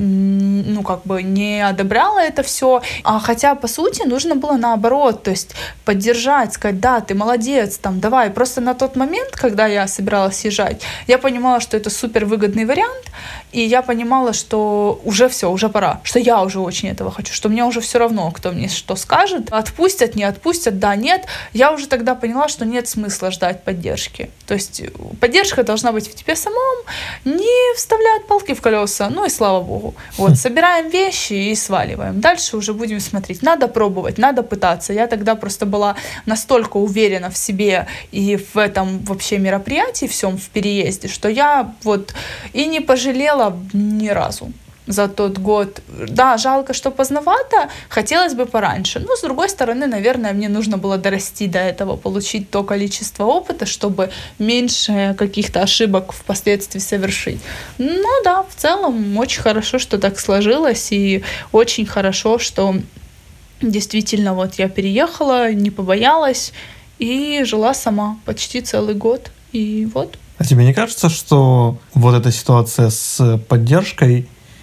B: ну, как бы не одобряла это все. А хотя, по сути, нужно было наоборот, то есть поддержать, сказать, да, ты молодец, там, давай. Просто на тот момент, когда я собиралась езжать, я понимала, что это супер выгодный вариант, и я понимала, что уже все, уже пора, что я уже очень этого хочу, что мне уже все равно, кто мне что скажет, отпустят, не отпустят, да, нет. Я уже тогда поняла, что нет смысла ждать поддержки. То есть поддержка должна быть в тебе самом, не вставляют палки в колеса, ну и слава богу. Вот, собираем вещи и сваливаем. Дальше уже будем смотреть. Надо пробовать, надо пытаться. Я тогда просто была настолько уверена в себе и в этом вообще мероприятии, всем в переезде, что я вот и не пожалела ни разу за тот год. Да, жалко, что поздновато, хотелось бы пораньше. Но, с другой стороны, наверное, мне нужно было дорасти до этого, получить то количество опыта, чтобы меньше каких-то ошибок впоследствии совершить. Ну да, в целом, очень хорошо, что так сложилось, и очень хорошо, что действительно вот я переехала, не побоялась и жила сама почти целый год. И вот.
A: А тебе не кажется, что вот эта ситуация с поддержкой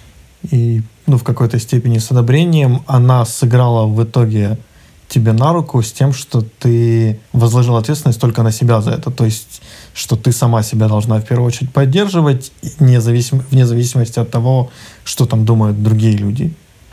A: и, ну, в какой-то степени с одобрением, она сыграла в итоге тебе на руку с тем, что ты возложил ответственность только на себя за это. То есть, что ты сама себя должна в первую очередь поддерживать, независимо, вне зависимости от того, что там думают другие люди.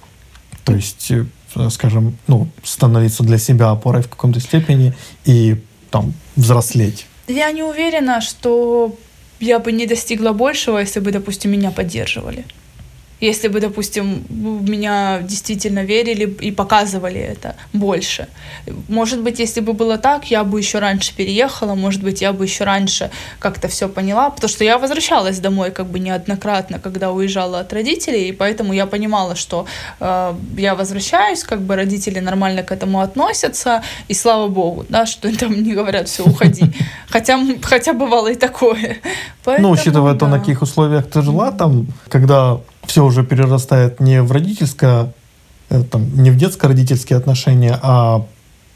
A: То есть, скажем, ну, становиться для себя опорой в каком-то степени и там взрослеть.
B: Я не уверена, что я бы не достигла большего, если бы, допустим, меня поддерживали. Если бы, допустим, в меня действительно верили и показывали это больше. Может быть, если бы было так, я бы еще раньше переехала, может быть, я бы еще раньше как-то все поняла, потому что я возвращалась домой как бы неоднократно, когда уезжала от родителей, и поэтому я понимала, что э, я возвращаюсь, как бы родители нормально к этому относятся, и слава богу, да, что там не говорят, все, уходи. Хотя, хотя бывало и такое.
A: Поэтому, ну, учитывая да. то, на каких условиях ты жила, там, когда все уже перерастает не в родительское, там, не в детско-родительские отношения, а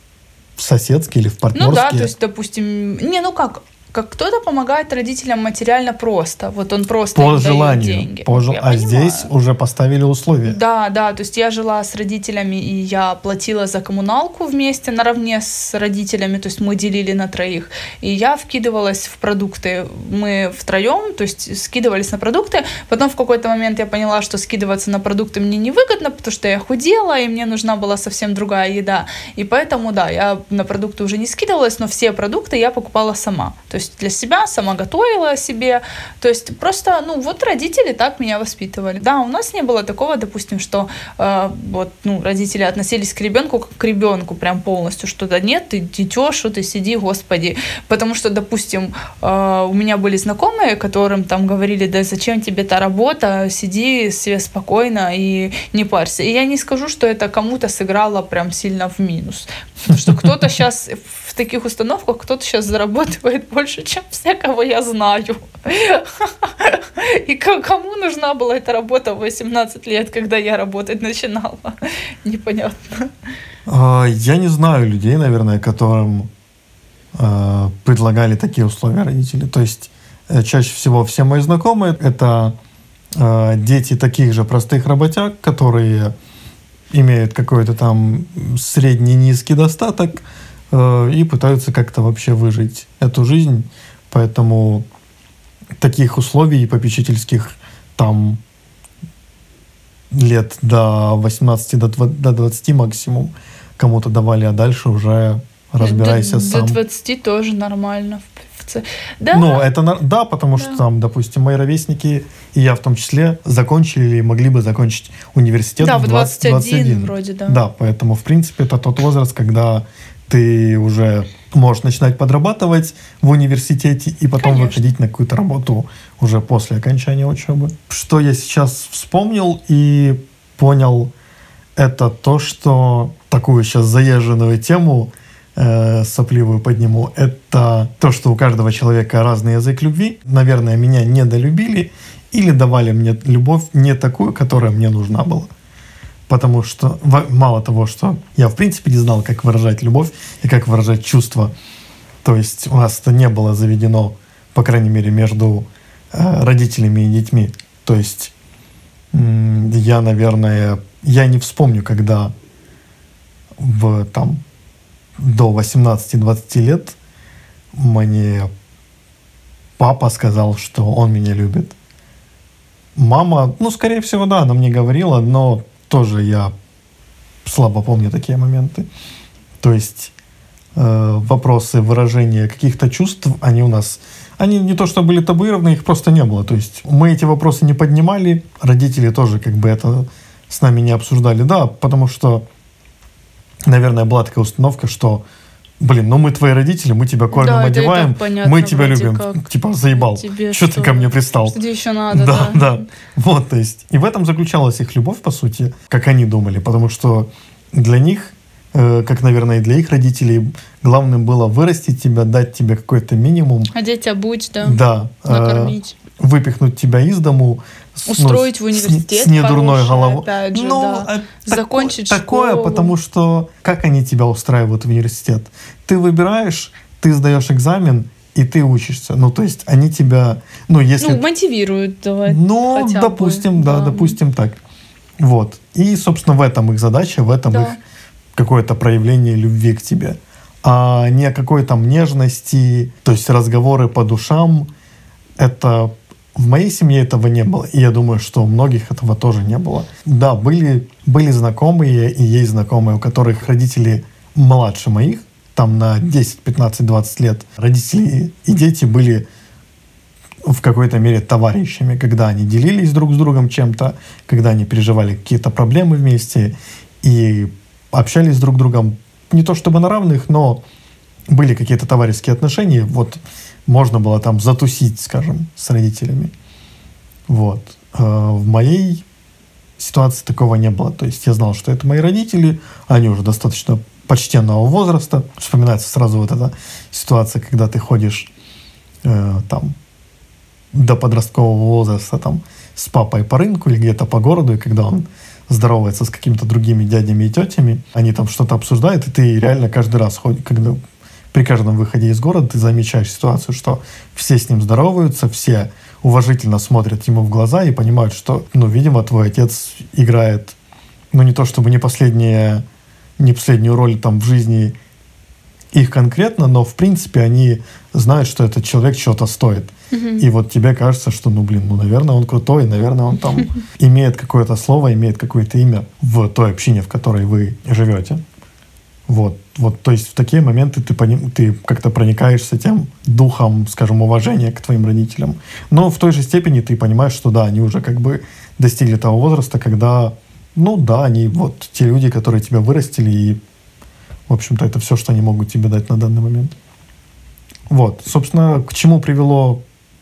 A: в соседские или в партнерские.
B: Ну да, то есть, допустим, не, ну как, как кто-то помогает родителям материально просто, вот он просто
A: по
B: им
A: желанию,
B: дает деньги.
A: По жел... А понимаю. Здесь уже поставили условия.
B: Да, да, то есть я жила с родителями, и я платила за коммуналку вместе наравне с родителями, то есть мы делили на троих, и я вкидывалась в продукты, мы втроем, то есть скидывались на продукты, потом в какой-то момент я поняла, что скидываться на продукты мне невыгодно, потому что я худела, и мне нужна была совсем другая еда, и поэтому, да, я на продукты уже не скидывалась, но все продукты я покупала сама, то есть есть для себя, сама готовила себе. То есть просто, ну, вот родители так меня воспитывали. Да, у нас не было такого, допустим, что э, вот, ну, родители относились к ребенку как к ребенку прям полностью, что да нет, ты дитё, что ты сиди, господи. Потому что, допустим, э, у меня были знакомые, которым там говорили, да зачем тебе та работа, сиди себе спокойно и не парься. И я не скажу, что это кому-то сыграло прям сильно в минус. Потому что кто-то сейчас в таких установках, кто-то сейчас зарабатывает больше, чем все, кого я знаю. И кому нужна была эта работа в восемнадцать лет, когда я работать начинала? Непонятно.
A: Я не знаю людей, наверное, которым предлагали такие условия родители. То есть чаще всего все мои знакомые — это дети таких же простых работяг, которые имеют какой-то там средний низкий достаток э, и пытаются как-то вообще выжить эту жизнь. Поэтому таких условий попечительских там лет до восемнадцати, до двадцати максимум кому-то давали, а дальше уже разбирайся
B: до,
A: сам.
B: До двадцати тоже нормально. Да.
A: Ну, это да, потому
B: да.
A: что там, допустим, мои ровесники, и я в том числе, закончили или могли бы закончить университет
B: да,
A: в двадцать двадцать один
B: вроде, да.
A: Да, поэтому, в принципе, это тот возраст, когда ты уже можешь начинать подрабатывать в университете и потом
B: Конечно.
A: выходить на какую-то работу уже после окончания учебы. Что я сейчас вспомнил и понял, это то, что такую сейчас заезженную тему сопливую подниму, это то, что у каждого человека разный язык любви. Наверное, меня недолюбили или давали мне любовь не такую, которая мне нужна была. Потому что мало того, что я в принципе не знал, как выражать любовь и как выражать чувства. То есть у нас это не было заведено, по крайней мере, между э, родителями и детьми. То есть м- я, наверное, я не вспомню, когда в там до восемнадцати-двадцати лет мне папа сказал, что он меня любит. Мама, ну, скорее всего, да, она мне говорила, но тоже я слабо помню такие моменты. То есть э, вопросы выражения каких-то чувств, они у нас, они не то что были табуированы, их просто не было. То есть мы эти вопросы не поднимали, родители тоже как бы это с нами не обсуждали. Да, потому что наверное, была такая установка, что, блин, ну мы твои родители, мы тебя кормим,
B: да,
A: одеваем,
B: понятно,
A: мы тебя любим.
B: как.
A: Типа, заебал.
B: Тебе
A: что, что ты ко мне пристал?
B: Что тебе еще надо,
A: да,
B: да.
A: Да, вот, то есть. И в этом заключалась их любовь, по сути, как они думали. Потому что для них, э, как, наверное, и для их родителей, главным было вырастить тебя, дать тебе какой-то минимум.
B: Одеть, обуть, да.
A: Да.
B: Накормить.
A: Э, выпихнуть тебя из дому.
B: Устроить
A: ну,
B: в университет
A: с, с недурной
B: хороший,
A: головой.
B: опять же,
A: ну,
B: да. Закончить
A: такое,
B: школу.
A: Потому что как они тебя устраивают в университет? Ты выбираешь, ты сдаешь экзамен, и ты учишься. Ну, то есть они тебя... Ну, если...
B: ну мотивируют, давай.
A: Ну,
B: хотя
A: допустим,
B: бы,
A: да,
B: да,
A: допустим так. Вот. И, собственно, в этом их задача, в этом
B: да.
A: их какое-то проявление любви к тебе. А не о какой там нежности, то есть разговоры по душам. Это... В моей семье этого не было, и я думаю, что у многих этого тоже не было. Да, были, были знакомые, и есть знакомые, у которых родители младше моих, там на десять, пятнадцать, двадцать лет. Родители и дети были в какой-то мере товарищами, когда они делились друг с другом чем-то, когда они переживали какие-то проблемы вместе и общались друг с другом не то чтобы на равных, но были какие-то товарищеские отношения, вот можно было там затусить, скажем, с родителями. Вот. В моей ситуации такого не было. То есть я знал, что это мои родители, они уже достаточно почтенного возраста. Вспоминается сразу вот эта ситуация, когда ты ходишь э, там до подросткового возраста там, с папой по рынку или где-то по городу, и когда он здоровается с какими-то другими дядями и тетями, они там что-то обсуждают, и ты реально каждый раз ходишь, когда при каждом выходе из города ты замечаешь ситуацию, что все с ним здороваются, все уважительно смотрят ему в глаза и понимают, что, ну, видимо, твой отец играет, ну, не то чтобы не последняя, не последнюю роль там в жизни их конкретно, но, в принципе, они знают, что этот человек чего-то стоит. Mm-hmm. И вот тебе кажется, что, ну, блин, ну, наверное, он крутой, наверное, он там имеет какое-то слово, имеет какое-то имя в той общине, в которой вы живете. Вот, вот, то есть в такие моменты ты, пони- ты как-то проникаешься тем духом, скажем, уважения к твоим родителям. Но в той же степени ты понимаешь, что да, они уже как бы достигли того возраста, когда, ну да, они вот те люди, которые тебя вырастили, и, в общем-то, это все, что они могут тебе дать на данный момент. Вот, собственно, к чему привело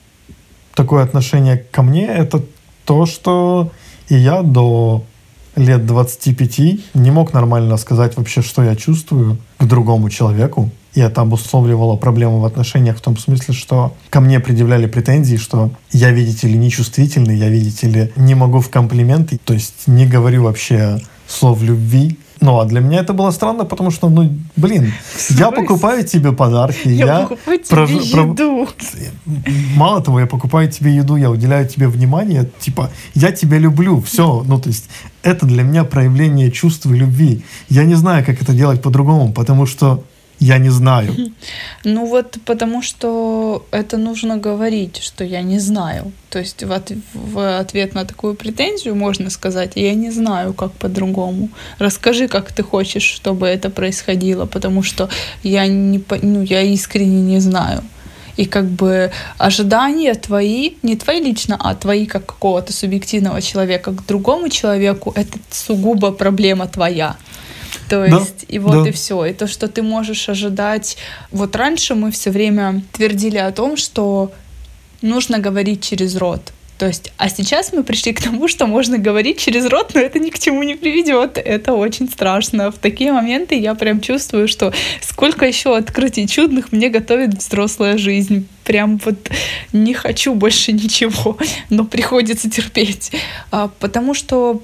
A: такое отношение ко мне, это то, что и я до лет двадцати пяти не мог нормально сказать вообще, что я чувствую к другому человеку. И это обусловливало проблемы в отношениях в том смысле, что ко мне предъявляли претензии, что я, видите ли, нечувствительный, я, видите ли, не могу в комплименты, то есть не говорю вообще слов любви. Ну, а для меня это было странно, потому что, ну, блин, я покупаю тебе подарки, я,
B: я покупаю тебе
A: прож...
B: еду.
A: Мало того, я покупаю тебе еду, я уделяю тебе внимание, типа, я тебя люблю, все, ну, то есть это для меня проявление чувства и любви. Я не знаю, как это делать по-другому, потому что я не знаю.
B: Ну вот потому что это нужно говорить, что я не знаю. То есть в, от, в ответ на такую претензию можно сказать: я не знаю, как по-другому. Расскажи, как ты хочешь, чтобы это происходило, потому что я, не, ну, я искренне не знаю. И как бы ожидания твои, не твои лично, а твои как какого-то субъективного человека к другому человеку, это сугубо проблема твоя. То есть, да, и вот да. и все. И то, что ты можешь ожидать. Вот раньше мы все время твердили о том, что нужно говорить через рот. То есть, а сейчас мы пришли к тому, что можно говорить через рот, но это ни к чему не приведет. Это очень страшно. В такие моменты я прям чувствую, что сколько еще открытий чудных мне готовит взрослая жизнь. Прям вот не хочу больше ничего, но приходится терпеть. А, потому что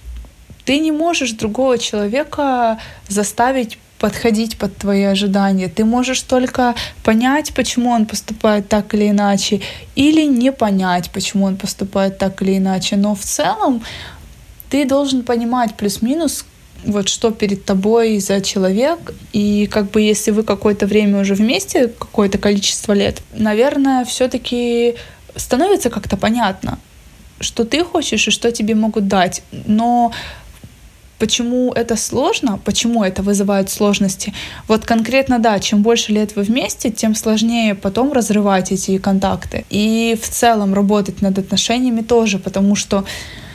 B: ты не можешь другого человека заставить подходить под твои ожидания. Ты можешь только понять, почему он поступает так или иначе, или не понять, почему он поступает так или иначе. Но в целом ты должен понимать плюс-минус, вот что перед тобой за человек. И как бы если вы какое-то время уже вместе, какое-то количество лет, наверное, все-таки становится как-то понятно, что ты хочешь и что тебе могут дать. Но почему это сложно, почему это вызывает сложности? Вот конкретно, да, чем больше лет вы вместе, тем сложнее потом разрывать эти контакты. И в целом работать над отношениями тоже, потому что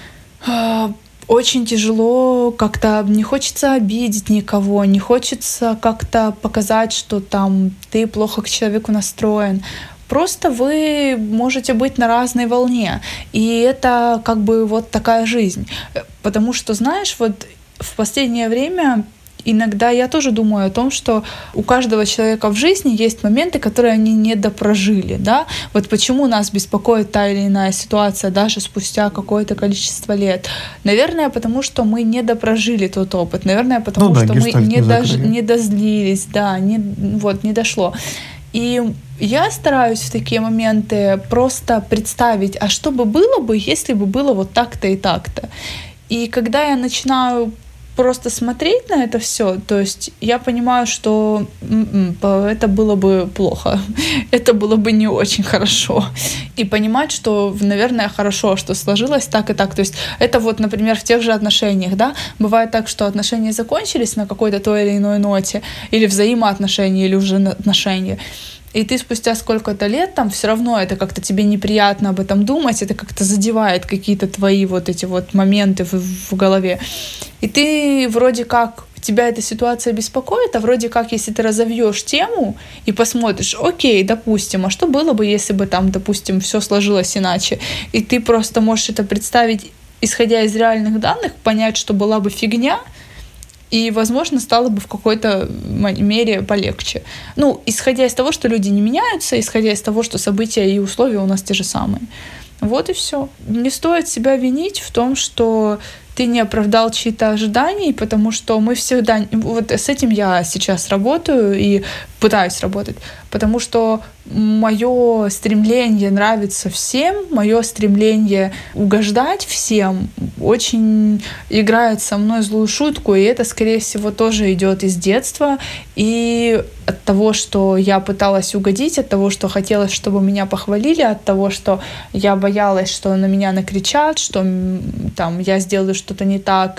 B: э, очень тяжело, как-то не хочется обидеть никого, не хочется как-то показать, что там ты плохо к человеку настроен. Просто вы можете быть на разной волне. И это как бы вот такая жизнь. Потому что, знаешь, вот в последнее время иногда я тоже думаю о том, что у каждого человека в жизни есть моменты, которые они не допрожили, да? Вот почему нас беспокоит та или иная ситуация даже спустя какое-то количество лет. Наверное, потому что мы не допрожили тот опыт. Наверное, потому
A: ну,
B: что
A: да,
B: мы не,
A: не,
B: дож... не дозлились, да, не... вот, не дошло. И я стараюсь в такие моменты просто представить, а что бы было бы, если бы было вот так-то и так-то. И когда я начинаю просто смотреть на это все, то есть я понимаю, что это было бы плохо, это было бы не очень хорошо. И понимать, что, наверное, хорошо, что сложилось так и так. То есть это вот, например, в тех же отношениях, да, бывает так, что отношения закончились на какой-то той или иной ноте, или взаимоотношения, или уже отношения. И ты спустя сколько-то лет там все равно это как-то тебе неприятно об этом думать, это как-то задевает какие-то твои вот эти вот моменты в, в голове. И ты вроде как, тебя эта ситуация беспокоит, а вроде как, если ты разовьешь тему и посмотришь, окей, допустим, а что было бы, если бы там, допустим, все сложилось иначе, и ты просто можешь это представить, исходя из реальных данных, понять, что была бы фигня, и, возможно, стало бы в какой-то мере полегче. Ну, исходя из того, что люди не меняются, исходя из того, что события и условия у нас те же самые. Вот и все. Не стоит себя винить в том, что ты не оправдал чьи-то ожидания, потому что мы всегда... Вот с этим я сейчас работаю и пытаюсь работать, потому что мое стремление нравиться всем, мое стремление угождать всем очень играет со мной злую шутку, и это, скорее всего, тоже идет из детства, и от того, что я пыталась угодить, от того, что хотелось, чтобы меня похвалили, от того, что я боялась, что на меня накричат, что там я сделаю что-то не так.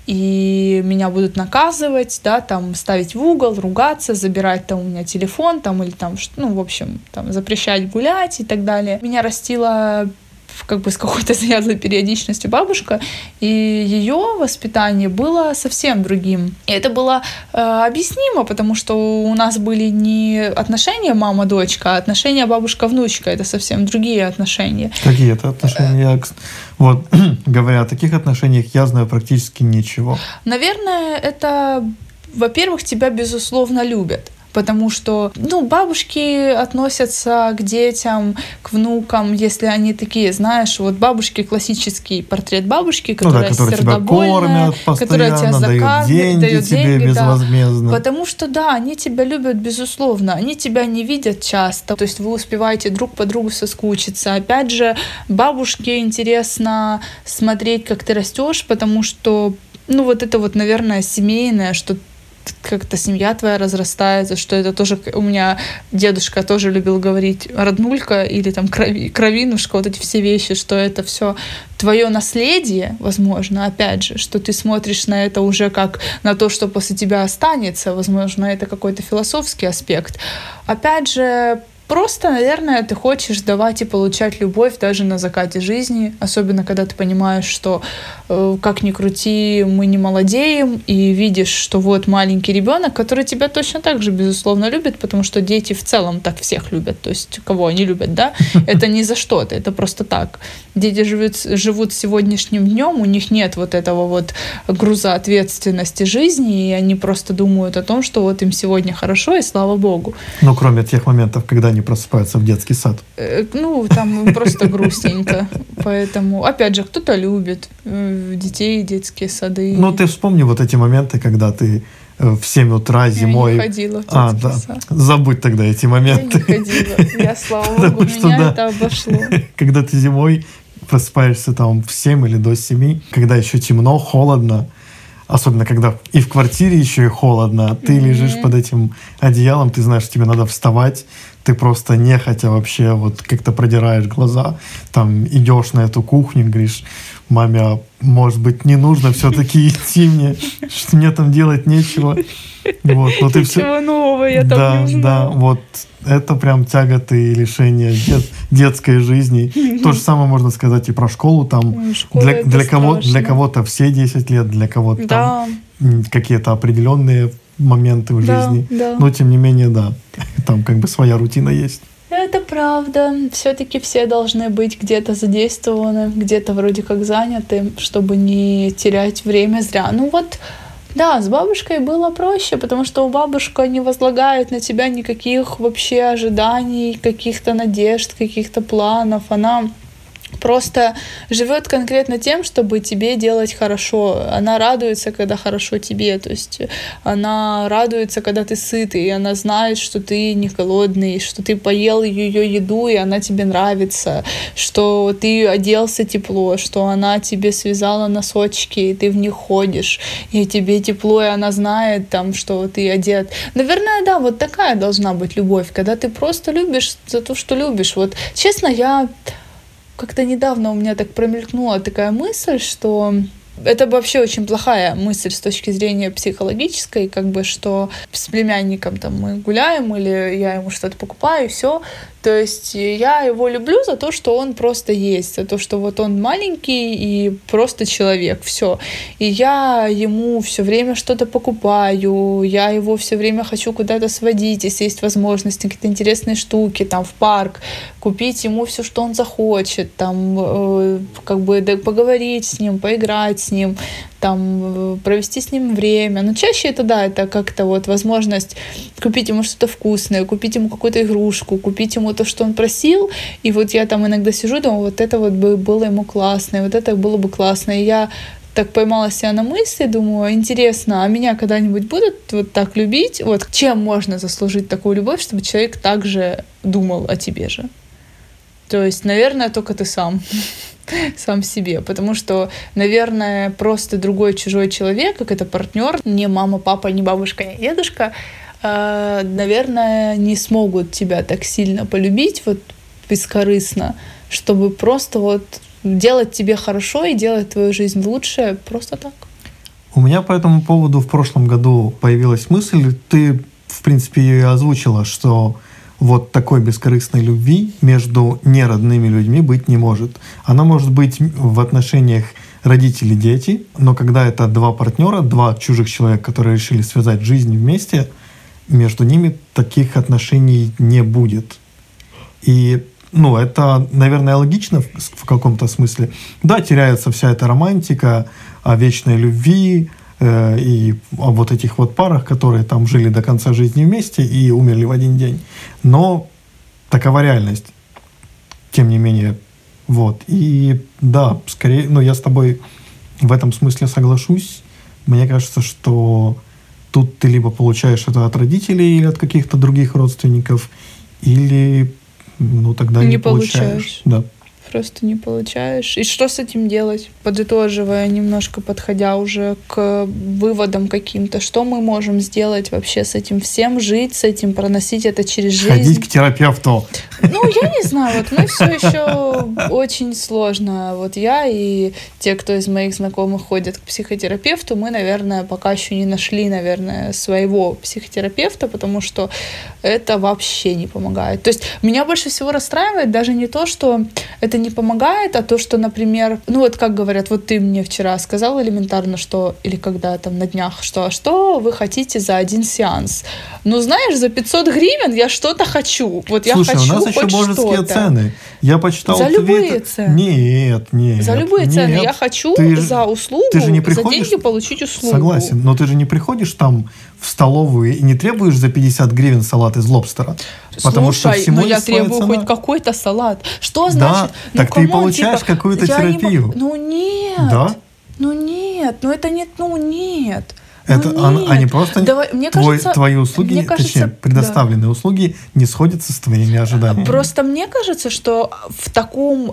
B: и меня будут наказывать, да, там, ставить в угол, ругаться, забирать там у меня телефон, там, или там, ну, в общем, там, запрещать гулять и так далее. Меня растила как бы с какой-то заядлой периодичностью бабушка, и ее воспитание было совсем другим. И это было э, объяснимо, потому что у нас были не отношения мама-дочка, а отношения бабушка-внучка. Это совсем другие отношения.
A: Какие это отношения? Я, вот, говоря о таких отношениях, я знаю практически ничего.
B: Наверное, это, во-первых, тебя, безусловно, любят. Потому что, ну, бабушки относятся к детям, к внукам, если они такие, знаешь, вот бабушки, классический портрет бабушки, которая,
A: ну, да, которые
B: сердобольная,
A: тебя кормят
B: которая тебя
A: дают деньги
B: дает
A: тебе
B: деньги,
A: безвозмездно.
B: Да. Потому что, да, они тебя любят, безусловно, они тебя не видят часто, то есть вы успеваете друг по другу соскучиться. Опять же, бабушке интересно смотреть, как ты растешь, потому что, ну, вот это вот, наверное, семейное, что как-то семья твоя разрастается, что это тоже у меня дедушка тоже любил говорить роднулька или там крови, кровинушка, вот эти все вещи, что это все твое наследие, возможно, опять же, что ты смотришь на это уже как на то, что после тебя останется, возможно, это какой-то философский аспект. Опять же, просто, наверное, ты хочешь давать и получать любовь даже на закате жизни, особенно когда ты понимаешь, что э, как ни крути, мы не молодеем, и видишь, что вот маленький ребенок, который тебя точно так же, безусловно, любит, потому что дети в целом так всех любят, то есть кого они любят, да, это не за что-то, это просто так. Дети живут, живут сегодняшним днем, у них нет вот этого вот груза ответственности жизни, и они просто думают о том, что вот им сегодня хорошо, и слава богу.
A: Ну, кроме тех моментов, когда они просыпаются в детский сад.
B: Ну, там просто грустненько. Поэтому, опять же, кто-то любит детей, детские сады.
A: Ну, ты вспомни вот эти моменты, когда ты в семь утра зимой...
B: Я не ходила в детский
A: а, да.
B: сад.
A: Забудь тогда эти моменты.
B: Я не ходила. Я, слава богу, меня
A: да,
B: это обошло.
A: Когда ты зимой просыпаешься там в семь или до семи, когда еще темно, холодно, особенно когда и в квартире еще и холодно, ты mm-hmm. лежишь под этим одеялом, ты знаешь, тебе надо вставать, ты просто нехотя вообще вот как-то продираешь глаза, там идешь на эту кухню, говоришь: маме, а может быть, не нужно все-таки идти мне, что мне там делать нечего. Вот, но ты все...
B: Ничего нового я там
A: да,
B: не узнала.
A: Да, вот это прям тяготы и лишения дет, детской жизни. То же самое можно сказать и про школу. Там
B: Школа
A: для, для, кого, для кого-то все десять лет, для кого-то
B: да.
A: там какие-то определенные моменты в
B: да,
A: жизни.
B: Да.
A: Но тем не менее, да, там как бы своя рутина есть.
B: Это правда. Все-таки все должны быть где-то задействованы, где-то вроде как заняты, чтобы не терять время зря. Ну вот, да, с бабушкой было проще, потому что бабушка не возлагает на тебя никаких вообще ожиданий, каких-то надежд, каких-то планов. Она просто живет конкретно тем, чтобы тебе делать хорошо. Она радуется, когда хорошо тебе. То есть она радуется, когда ты сытый. И она знает, что ты не голодный, что ты поел ее еду, и она тебе нравится, что ты оделся тепло, что она тебе связала носочки, и ты в них ходишь, и тебе тепло, и она знает, там, что ты одет. Наверное, да, вот такая должна быть любовь, когда ты просто любишь за то, что любишь. Вот, честно, я... Как-то недавно у меня так промелькнула такая мысль, что это вообще очень плохая мысль с точки зрения психологической, как бы, что с племянником там мы гуляем, или я ему что-то покупаю, и все. То есть я его люблю за то, что он просто есть, за то, что вот он маленький и просто человек, все. И я ему все время что-то покупаю, я его все время хочу куда-то сводить, если есть возможность, какие-то интересные штуки, там, в парк, купить ему все, что он захочет, там, э, как бы да, поговорить с ним, поиграть с ним, там, провести с ним время. Но чаще это, да, это как-то вот возможность купить ему что-то вкусное, купить ему какую-то игрушку, купить ему то, что он просил. И вот я там иногда сижу, думаю, вот это вот бы было ему классно, и вот это было бы классно. И я так поймала себя на мысли, думаю, интересно, а меня когда-нибудь будут вот так любить? Вот чем можно заслужить такую любовь, чтобы человек также думал о тебе же? То есть, наверное, только ты сам. сам себе, потому что, наверное, просто другой чужой человек, как это партнер, не мама, папа, не бабушка, не дедушка, э, наверное, не смогут тебя так сильно полюбить, вот бескорыстно, чтобы просто вот делать тебе хорошо и делать твою жизнь лучше просто так.
A: У меня по этому поводу в прошлом году появилась мысль, ты, в принципе, ее и озвучила, что вот такой бескорыстной любви между неродными людьми быть не может. Она может быть в отношениях родители-дети, но когда это два партнера, два чужих человека, которые решили связать жизнь вместе, между ними таких отношений не будет. И, ну, это, наверное, логично в, в каком-то смысле. Да, теряется вся эта романтика о вечной любви э, и о вот этих вот парах, которые там жили до конца жизни вместе и умерли в один день. Но такова реальность, тем не менее. Вот. И да, скорее, ну, я с тобой в этом смысле соглашусь. Мне кажется, что тут ты либо получаешь это от родителей или от каких-то других родственников, или, ну, тогда не, не получаешь. получаешь. Да.
B: Просто не получаешь. И что с этим делать? Подытоживая, немножко подходя уже к выводам каким-то, что мы можем сделать вообще с этим всем, жить с этим, проносить это через жизнь?
A: Ходить к терапевту.
B: Ну, я не знаю, вот мы все еще очень сложно. Вот я и те, кто из моих знакомых ходят к психотерапевту, мы, наверное, пока еще не нашли, наверное, своего психотерапевта, потому что это вообще не помогает. То есть меня больше всего расстраивает даже не то, что это не помогает, а то, что, например, ну вот как говорят, вот ты мне вчера сказал элементарно, что, или когда там на днях, что, а что вы хотите за один сеанс? Ну, знаешь, за пятьсот гривен я что-то хочу. Вот я
A: Слушай,
B: хочу
A: у нас еще божеские
B: что-то.
A: цены. Я почитал
B: за
A: твиттер.
B: Любые цены.
A: Нет, нет.
B: За любые
A: нет.
B: цены. Я хочу
A: ты
B: за услугу,
A: ты же не приходишь...
B: за деньги получить услугу.
A: Согласен, но ты же не приходишь там в столовую и не требуешь за пятьдесят гривен салат из лобстера. Потому
B: Слушай,
A: что всему
B: ну я
A: есть своя
B: требую
A: цена.
B: хоть какой-то салат. Что
A: Да,
B: значит? Ну,
A: так ты получаешь
B: типа,
A: какую-то терапию.
B: Не... Ну нет.
A: Да?
B: Ну нет, ну это нет, ну нет.
A: Это
B: ну,
A: он, они просто
B: Давай, мне
A: твой,
B: кажется,
A: твои услуги,
B: мне кажется,
A: точнее, предоставленные да. услуги не сходятся с твоими ожиданиями.
B: Просто мне кажется, что в таком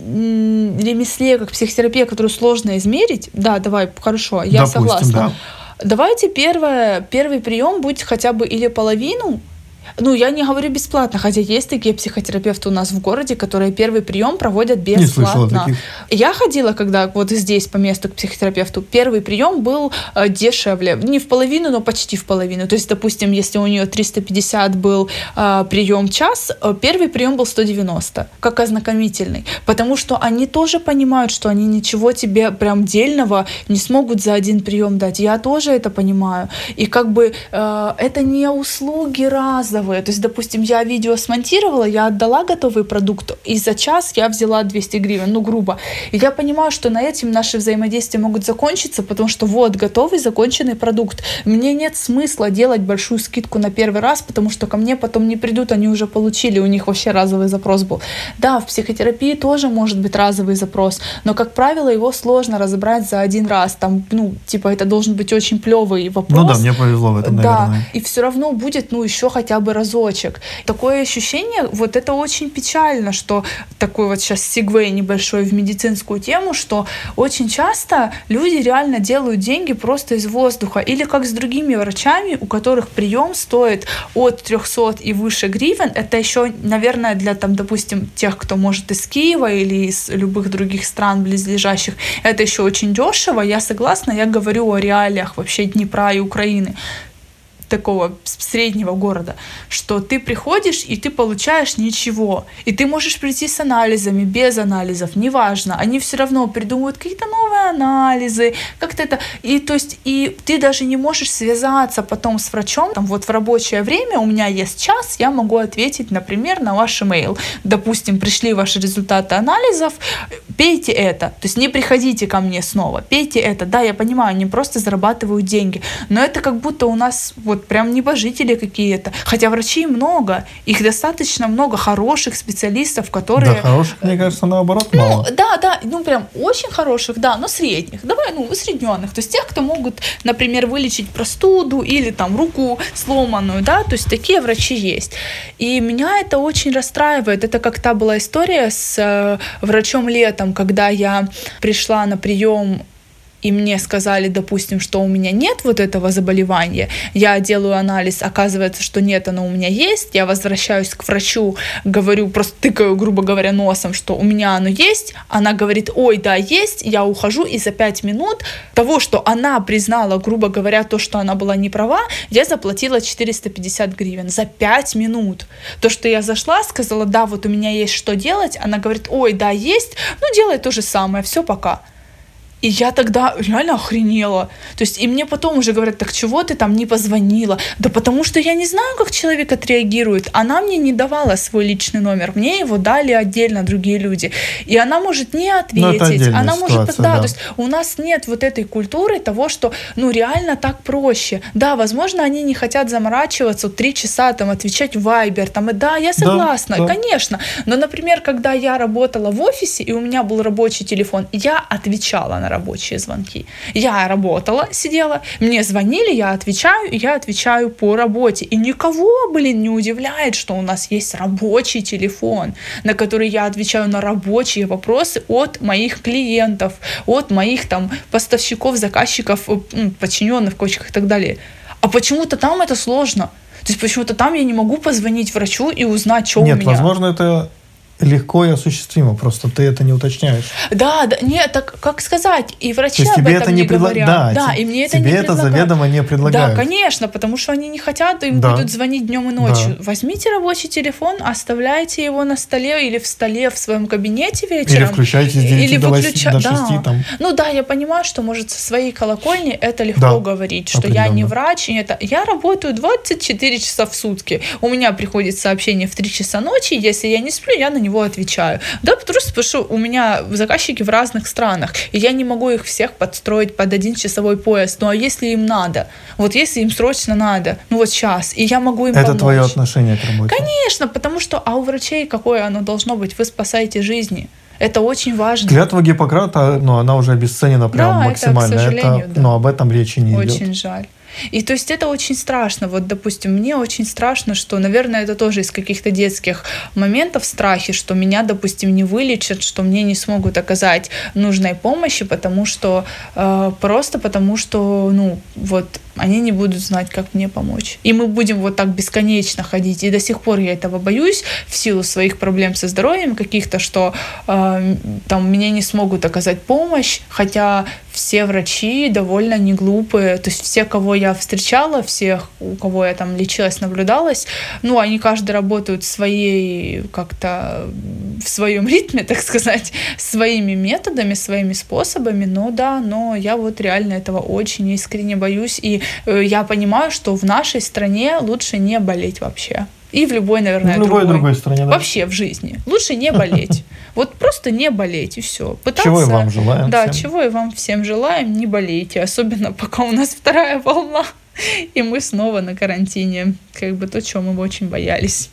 B: ремесле, как психотерапия, которую сложно измерить, да, давай, хорошо, я
A: Допустим,
B: согласна.
A: Да.
B: Давайте первое, первый прием будет хотя бы или половину. Ну, я не говорю бесплатно, хотя есть такие психотерапевты у нас в городе, которые первый прием проводят бесплатно.
A: Не слышала таких.
B: Я ходила, когда вот здесь по месту к психотерапевту, первый прием был э, дешевле, не в половину, но почти в половину. То есть, допустим, если у нее триста пятьдесят был э, прием час, э, первый прием был сто девяносто, как ознакомительный, потому что они тоже понимают, что они ничего тебе прям дельного не смогут за один прием дать. Я тоже это понимаю. И как бы э, это не услуги разовые. То есть, допустим, я видео смонтировала, я отдала готовый продукт, и за час я взяла двести гривен, ну, грубо. И я понимаю, что на этом наши взаимодействия могут закончиться, потому что вот, готовый, законченный продукт. Мне нет смысла делать большую скидку на первый раз, потому что ко мне потом не придут, они уже получили, у них вообще разовый запрос был. Да, в психотерапии тоже может быть разовый запрос, но, как правило, его сложно разобрать за один раз. Там, ну, типа, это должен быть очень плевый вопрос.
A: Ну да, мне повезло в этом,
B: да,
A: наверное.
B: И все равно будет, ну, еще хотя бы разочек. Такое ощущение, вот это очень печально, что такой вот сейчас сегвей небольшой в медицинскую тему, что очень часто люди реально делают деньги просто из воздуха. Или как с другими врачами, у которых прием стоит от трехсот и выше гривен. Это еще, наверное, для, там, допустим, тех, кто может из Киева или из любых других стран близлежащих, это еще очень дешево. Я согласна, я говорю о реалиях вообще Днепра и Украины, такого среднего города, что ты приходишь и ты получаешь ничего. И ты можешь прийти с анализами, без анализов, неважно. Они все равно придумывают какие-то новые анализы, как-то это... И, то есть, и ты даже не можешь связаться потом с врачом. Там, вот в рабочее время у меня есть час, я могу ответить, например, на ваш имейл. Допустим, пришли ваши результаты анализов, пейте это. То есть не приходите ко мне снова, пейте это. Да, я понимаю, они просто зарабатывают деньги. Но это как будто у нас вот прям небожители какие-то. Хотя врачей много. Их достаточно много хороших специалистов, которые...
A: Да, хороших, мне кажется, наоборот,
B: ну,
A: мало.
B: Да, да, ну прям очень хороших, да, но средних. Давай, ну, усредненных. То есть тех, кто могут, например, вылечить простуду или там руку сломанную, да, то есть такие врачи есть. И меня это очень расстраивает. Это как та была история с э, врачом летом, когда я пришла на прием и мне сказали, допустим, что у меня нет вот этого заболевания, я делаю анализ, оказывается, что нет, оно у меня есть, я возвращаюсь к врачу, говорю, просто тыкаю, грубо говоря, носом, что у меня оно есть, она говорит, ой, да, есть, я ухожу, и за пять минут того, что она признала, грубо говоря, то, что она была не права, я заплатила четыреста пятьдесят гривен за пять минут. То, что я зашла, сказала, да, вот у меня есть что делать, она говорит, ой, да, есть, ну, делай то же самое, все, пока. И я тогда реально охренела. То есть, и мне потом уже говорят, так чего ты там не позвонила? Да потому что я не знаю, как человек отреагирует. Она мне не давала свой личный номер. Мне его дали отдельно другие люди. И она может не ответить. Она может... Да, да, то есть у нас нет вот этой культуры того, что ну реально так проще. Да, возможно, они не хотят заморачиваться три часа там отвечать в Viber. Там, и да, я согласна, да, да. Конечно. Но, например, когда я работала в офисе, и у меня был рабочий телефон, я отвечала на рабочие звонки. Я работала, сидела, мне звонили, я отвечаю, и я отвечаю по работе. И никого, блин, не удивляет, что у нас есть рабочий телефон, на который я отвечаю на рабочие вопросы от моих клиентов, от моих там поставщиков, заказчиков, подчиненных, в кавычках и так далее. А почему-то там это сложно. То есть почему-то там я не могу позвонить врачу и узнать, что
A: Нет,
B: у меня.
A: Нет, возможно, это легко и осуществимо, просто ты это не уточняешь.
B: Да, да, нет, так как сказать, и врачи об
A: тебе
B: этом
A: это
B: не,
A: не предла...
B: говорят.
A: Да,
B: да,
A: те...
B: и мне это
A: тебе
B: не
A: это
B: предлагают.
A: заведомо не предлагают.
B: Да, конечно, потому что они не хотят, им
A: да.
B: будут звонить днем и ночью.
A: Да.
B: Возьмите рабочий телефон, оставляйте его на столе или в столе в своем кабинете вечером.
A: Или включайте с девяти до, выключа... до шести.
B: Да.
A: Там.
B: Ну да, я понимаю, что, может, со своей колокольни это легко
A: да.
B: говорить, что я не врач. И это... Я работаю двадцать четыре часа в сутки. У меня приходит сообщение в три часа ночи, если я не сплю, я на него отвечаю. Да, просто потому что у меня заказчики в разных странах, и я не могу их всех подстроить под один часовой пояс. Ну а если им надо? Вот если им срочно надо, ну вот сейчас, и я могу им
A: это
B: помочь.
A: твое отношение к работе?
B: Конечно, потому что, а у врачей какое оно должно быть? Вы спасаете жизни. Это очень важно.
A: Клятва Гиппократа, ну, она уже обесценена прям
B: да,
A: максимально.
B: Это, к сожалению,
A: это,
B: да.
A: Но об этом речи не идет.
B: Очень жаль. И то есть это очень страшно. Вот, допустим, мне очень страшно, что, наверное, это тоже из каких-то детских моментов страхи, что меня, допустим, не вылечат, что мне не смогут оказать нужной помощи, потому что э, просто потому что, ну, вот они не будут знать, как мне помочь. И мы будем вот так бесконечно ходить. И до сих пор я этого боюсь в силу своих проблем со здоровьем каких-то, что э, там мне не смогут оказать помощь, хотя все врачи довольно не глупые. То есть все, кого я встречала, всех, у кого я там лечилась, наблюдалась, ну, они каждый работают своей, как-то в своем ритме, так сказать, своими методами, своими способами, но да, но я вот реально этого очень искренне боюсь, и э, я понимаю, что в нашей стране лучше не болеть вообще. И в любой, наверное,
A: в любой
B: другой.
A: другой стране. Да?
B: Вообще в жизни. Лучше не болеть. Вот просто не болеть, и все. Пытаться...
A: Чего и вам желаем.
B: Да,
A: всем.
B: чего и вам всем желаем, не болейте. Особенно пока у нас вторая волна, и мы снова на карантине. Как бы то, чего мы очень боялись.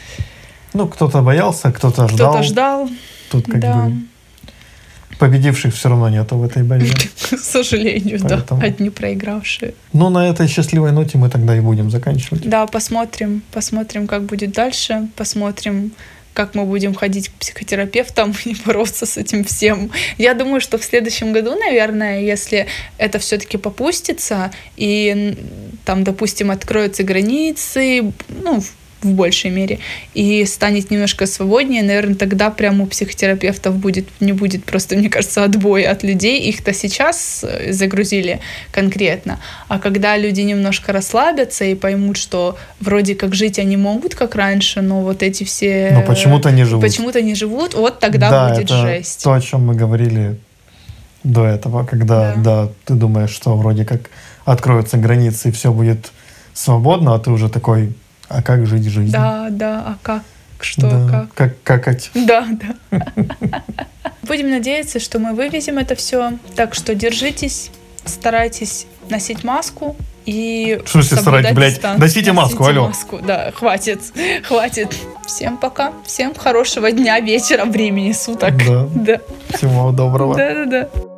A: Ну, кто-то боялся, кто-то ждал.
B: Кто-то ждал.
A: Тут как
B: да.
A: бы победивших все равно нету в этой борьбе.
B: К сожалению, Поэтому... да. Одни проигравшие.
A: Ну, на этой счастливой ноте мы тогда и будем заканчивать.
B: Да, посмотрим. Посмотрим, как будет дальше. Посмотрим, как мы будем ходить к психотерапевтам и бороться с этим всем. Я думаю, что в следующем году, наверное, если это все-таки попустится, и там, допустим, откроются границы, ну, в большей мере, и станет немножко свободнее, наверное, тогда прямо у психотерапевтов будет, не будет просто, мне кажется, отбоя от людей. Их-то сейчас загрузили конкретно. А когда люди немножко расслабятся и поймут, что вроде как жить они могут, как раньше, но вот эти все...
A: Но почему-то не живут.
B: Почему-то не живут, вот тогда
A: да,
B: будет
A: это
B: жесть.
A: То, о чем мы говорили до этого, когда
B: да.
A: Да, ты думаешь, что вроде как откроются границы и все будет свободно, а ты уже такой... А как жить жизнь?
B: Да, да, а как? Что,
A: да,
B: как?
A: Как какать?
B: Да, да. Будем надеяться, что мы вывезем это все. Так что держитесь, старайтесь носить маску и
A: в смысле старайтесь, блядь? Носите маску, алло.
B: маску, да, хватит, хватит. Всем пока, всем хорошего дня, вечера, времени суток.
A: Да.
B: да.
A: Всего доброго.
B: Да, да, да.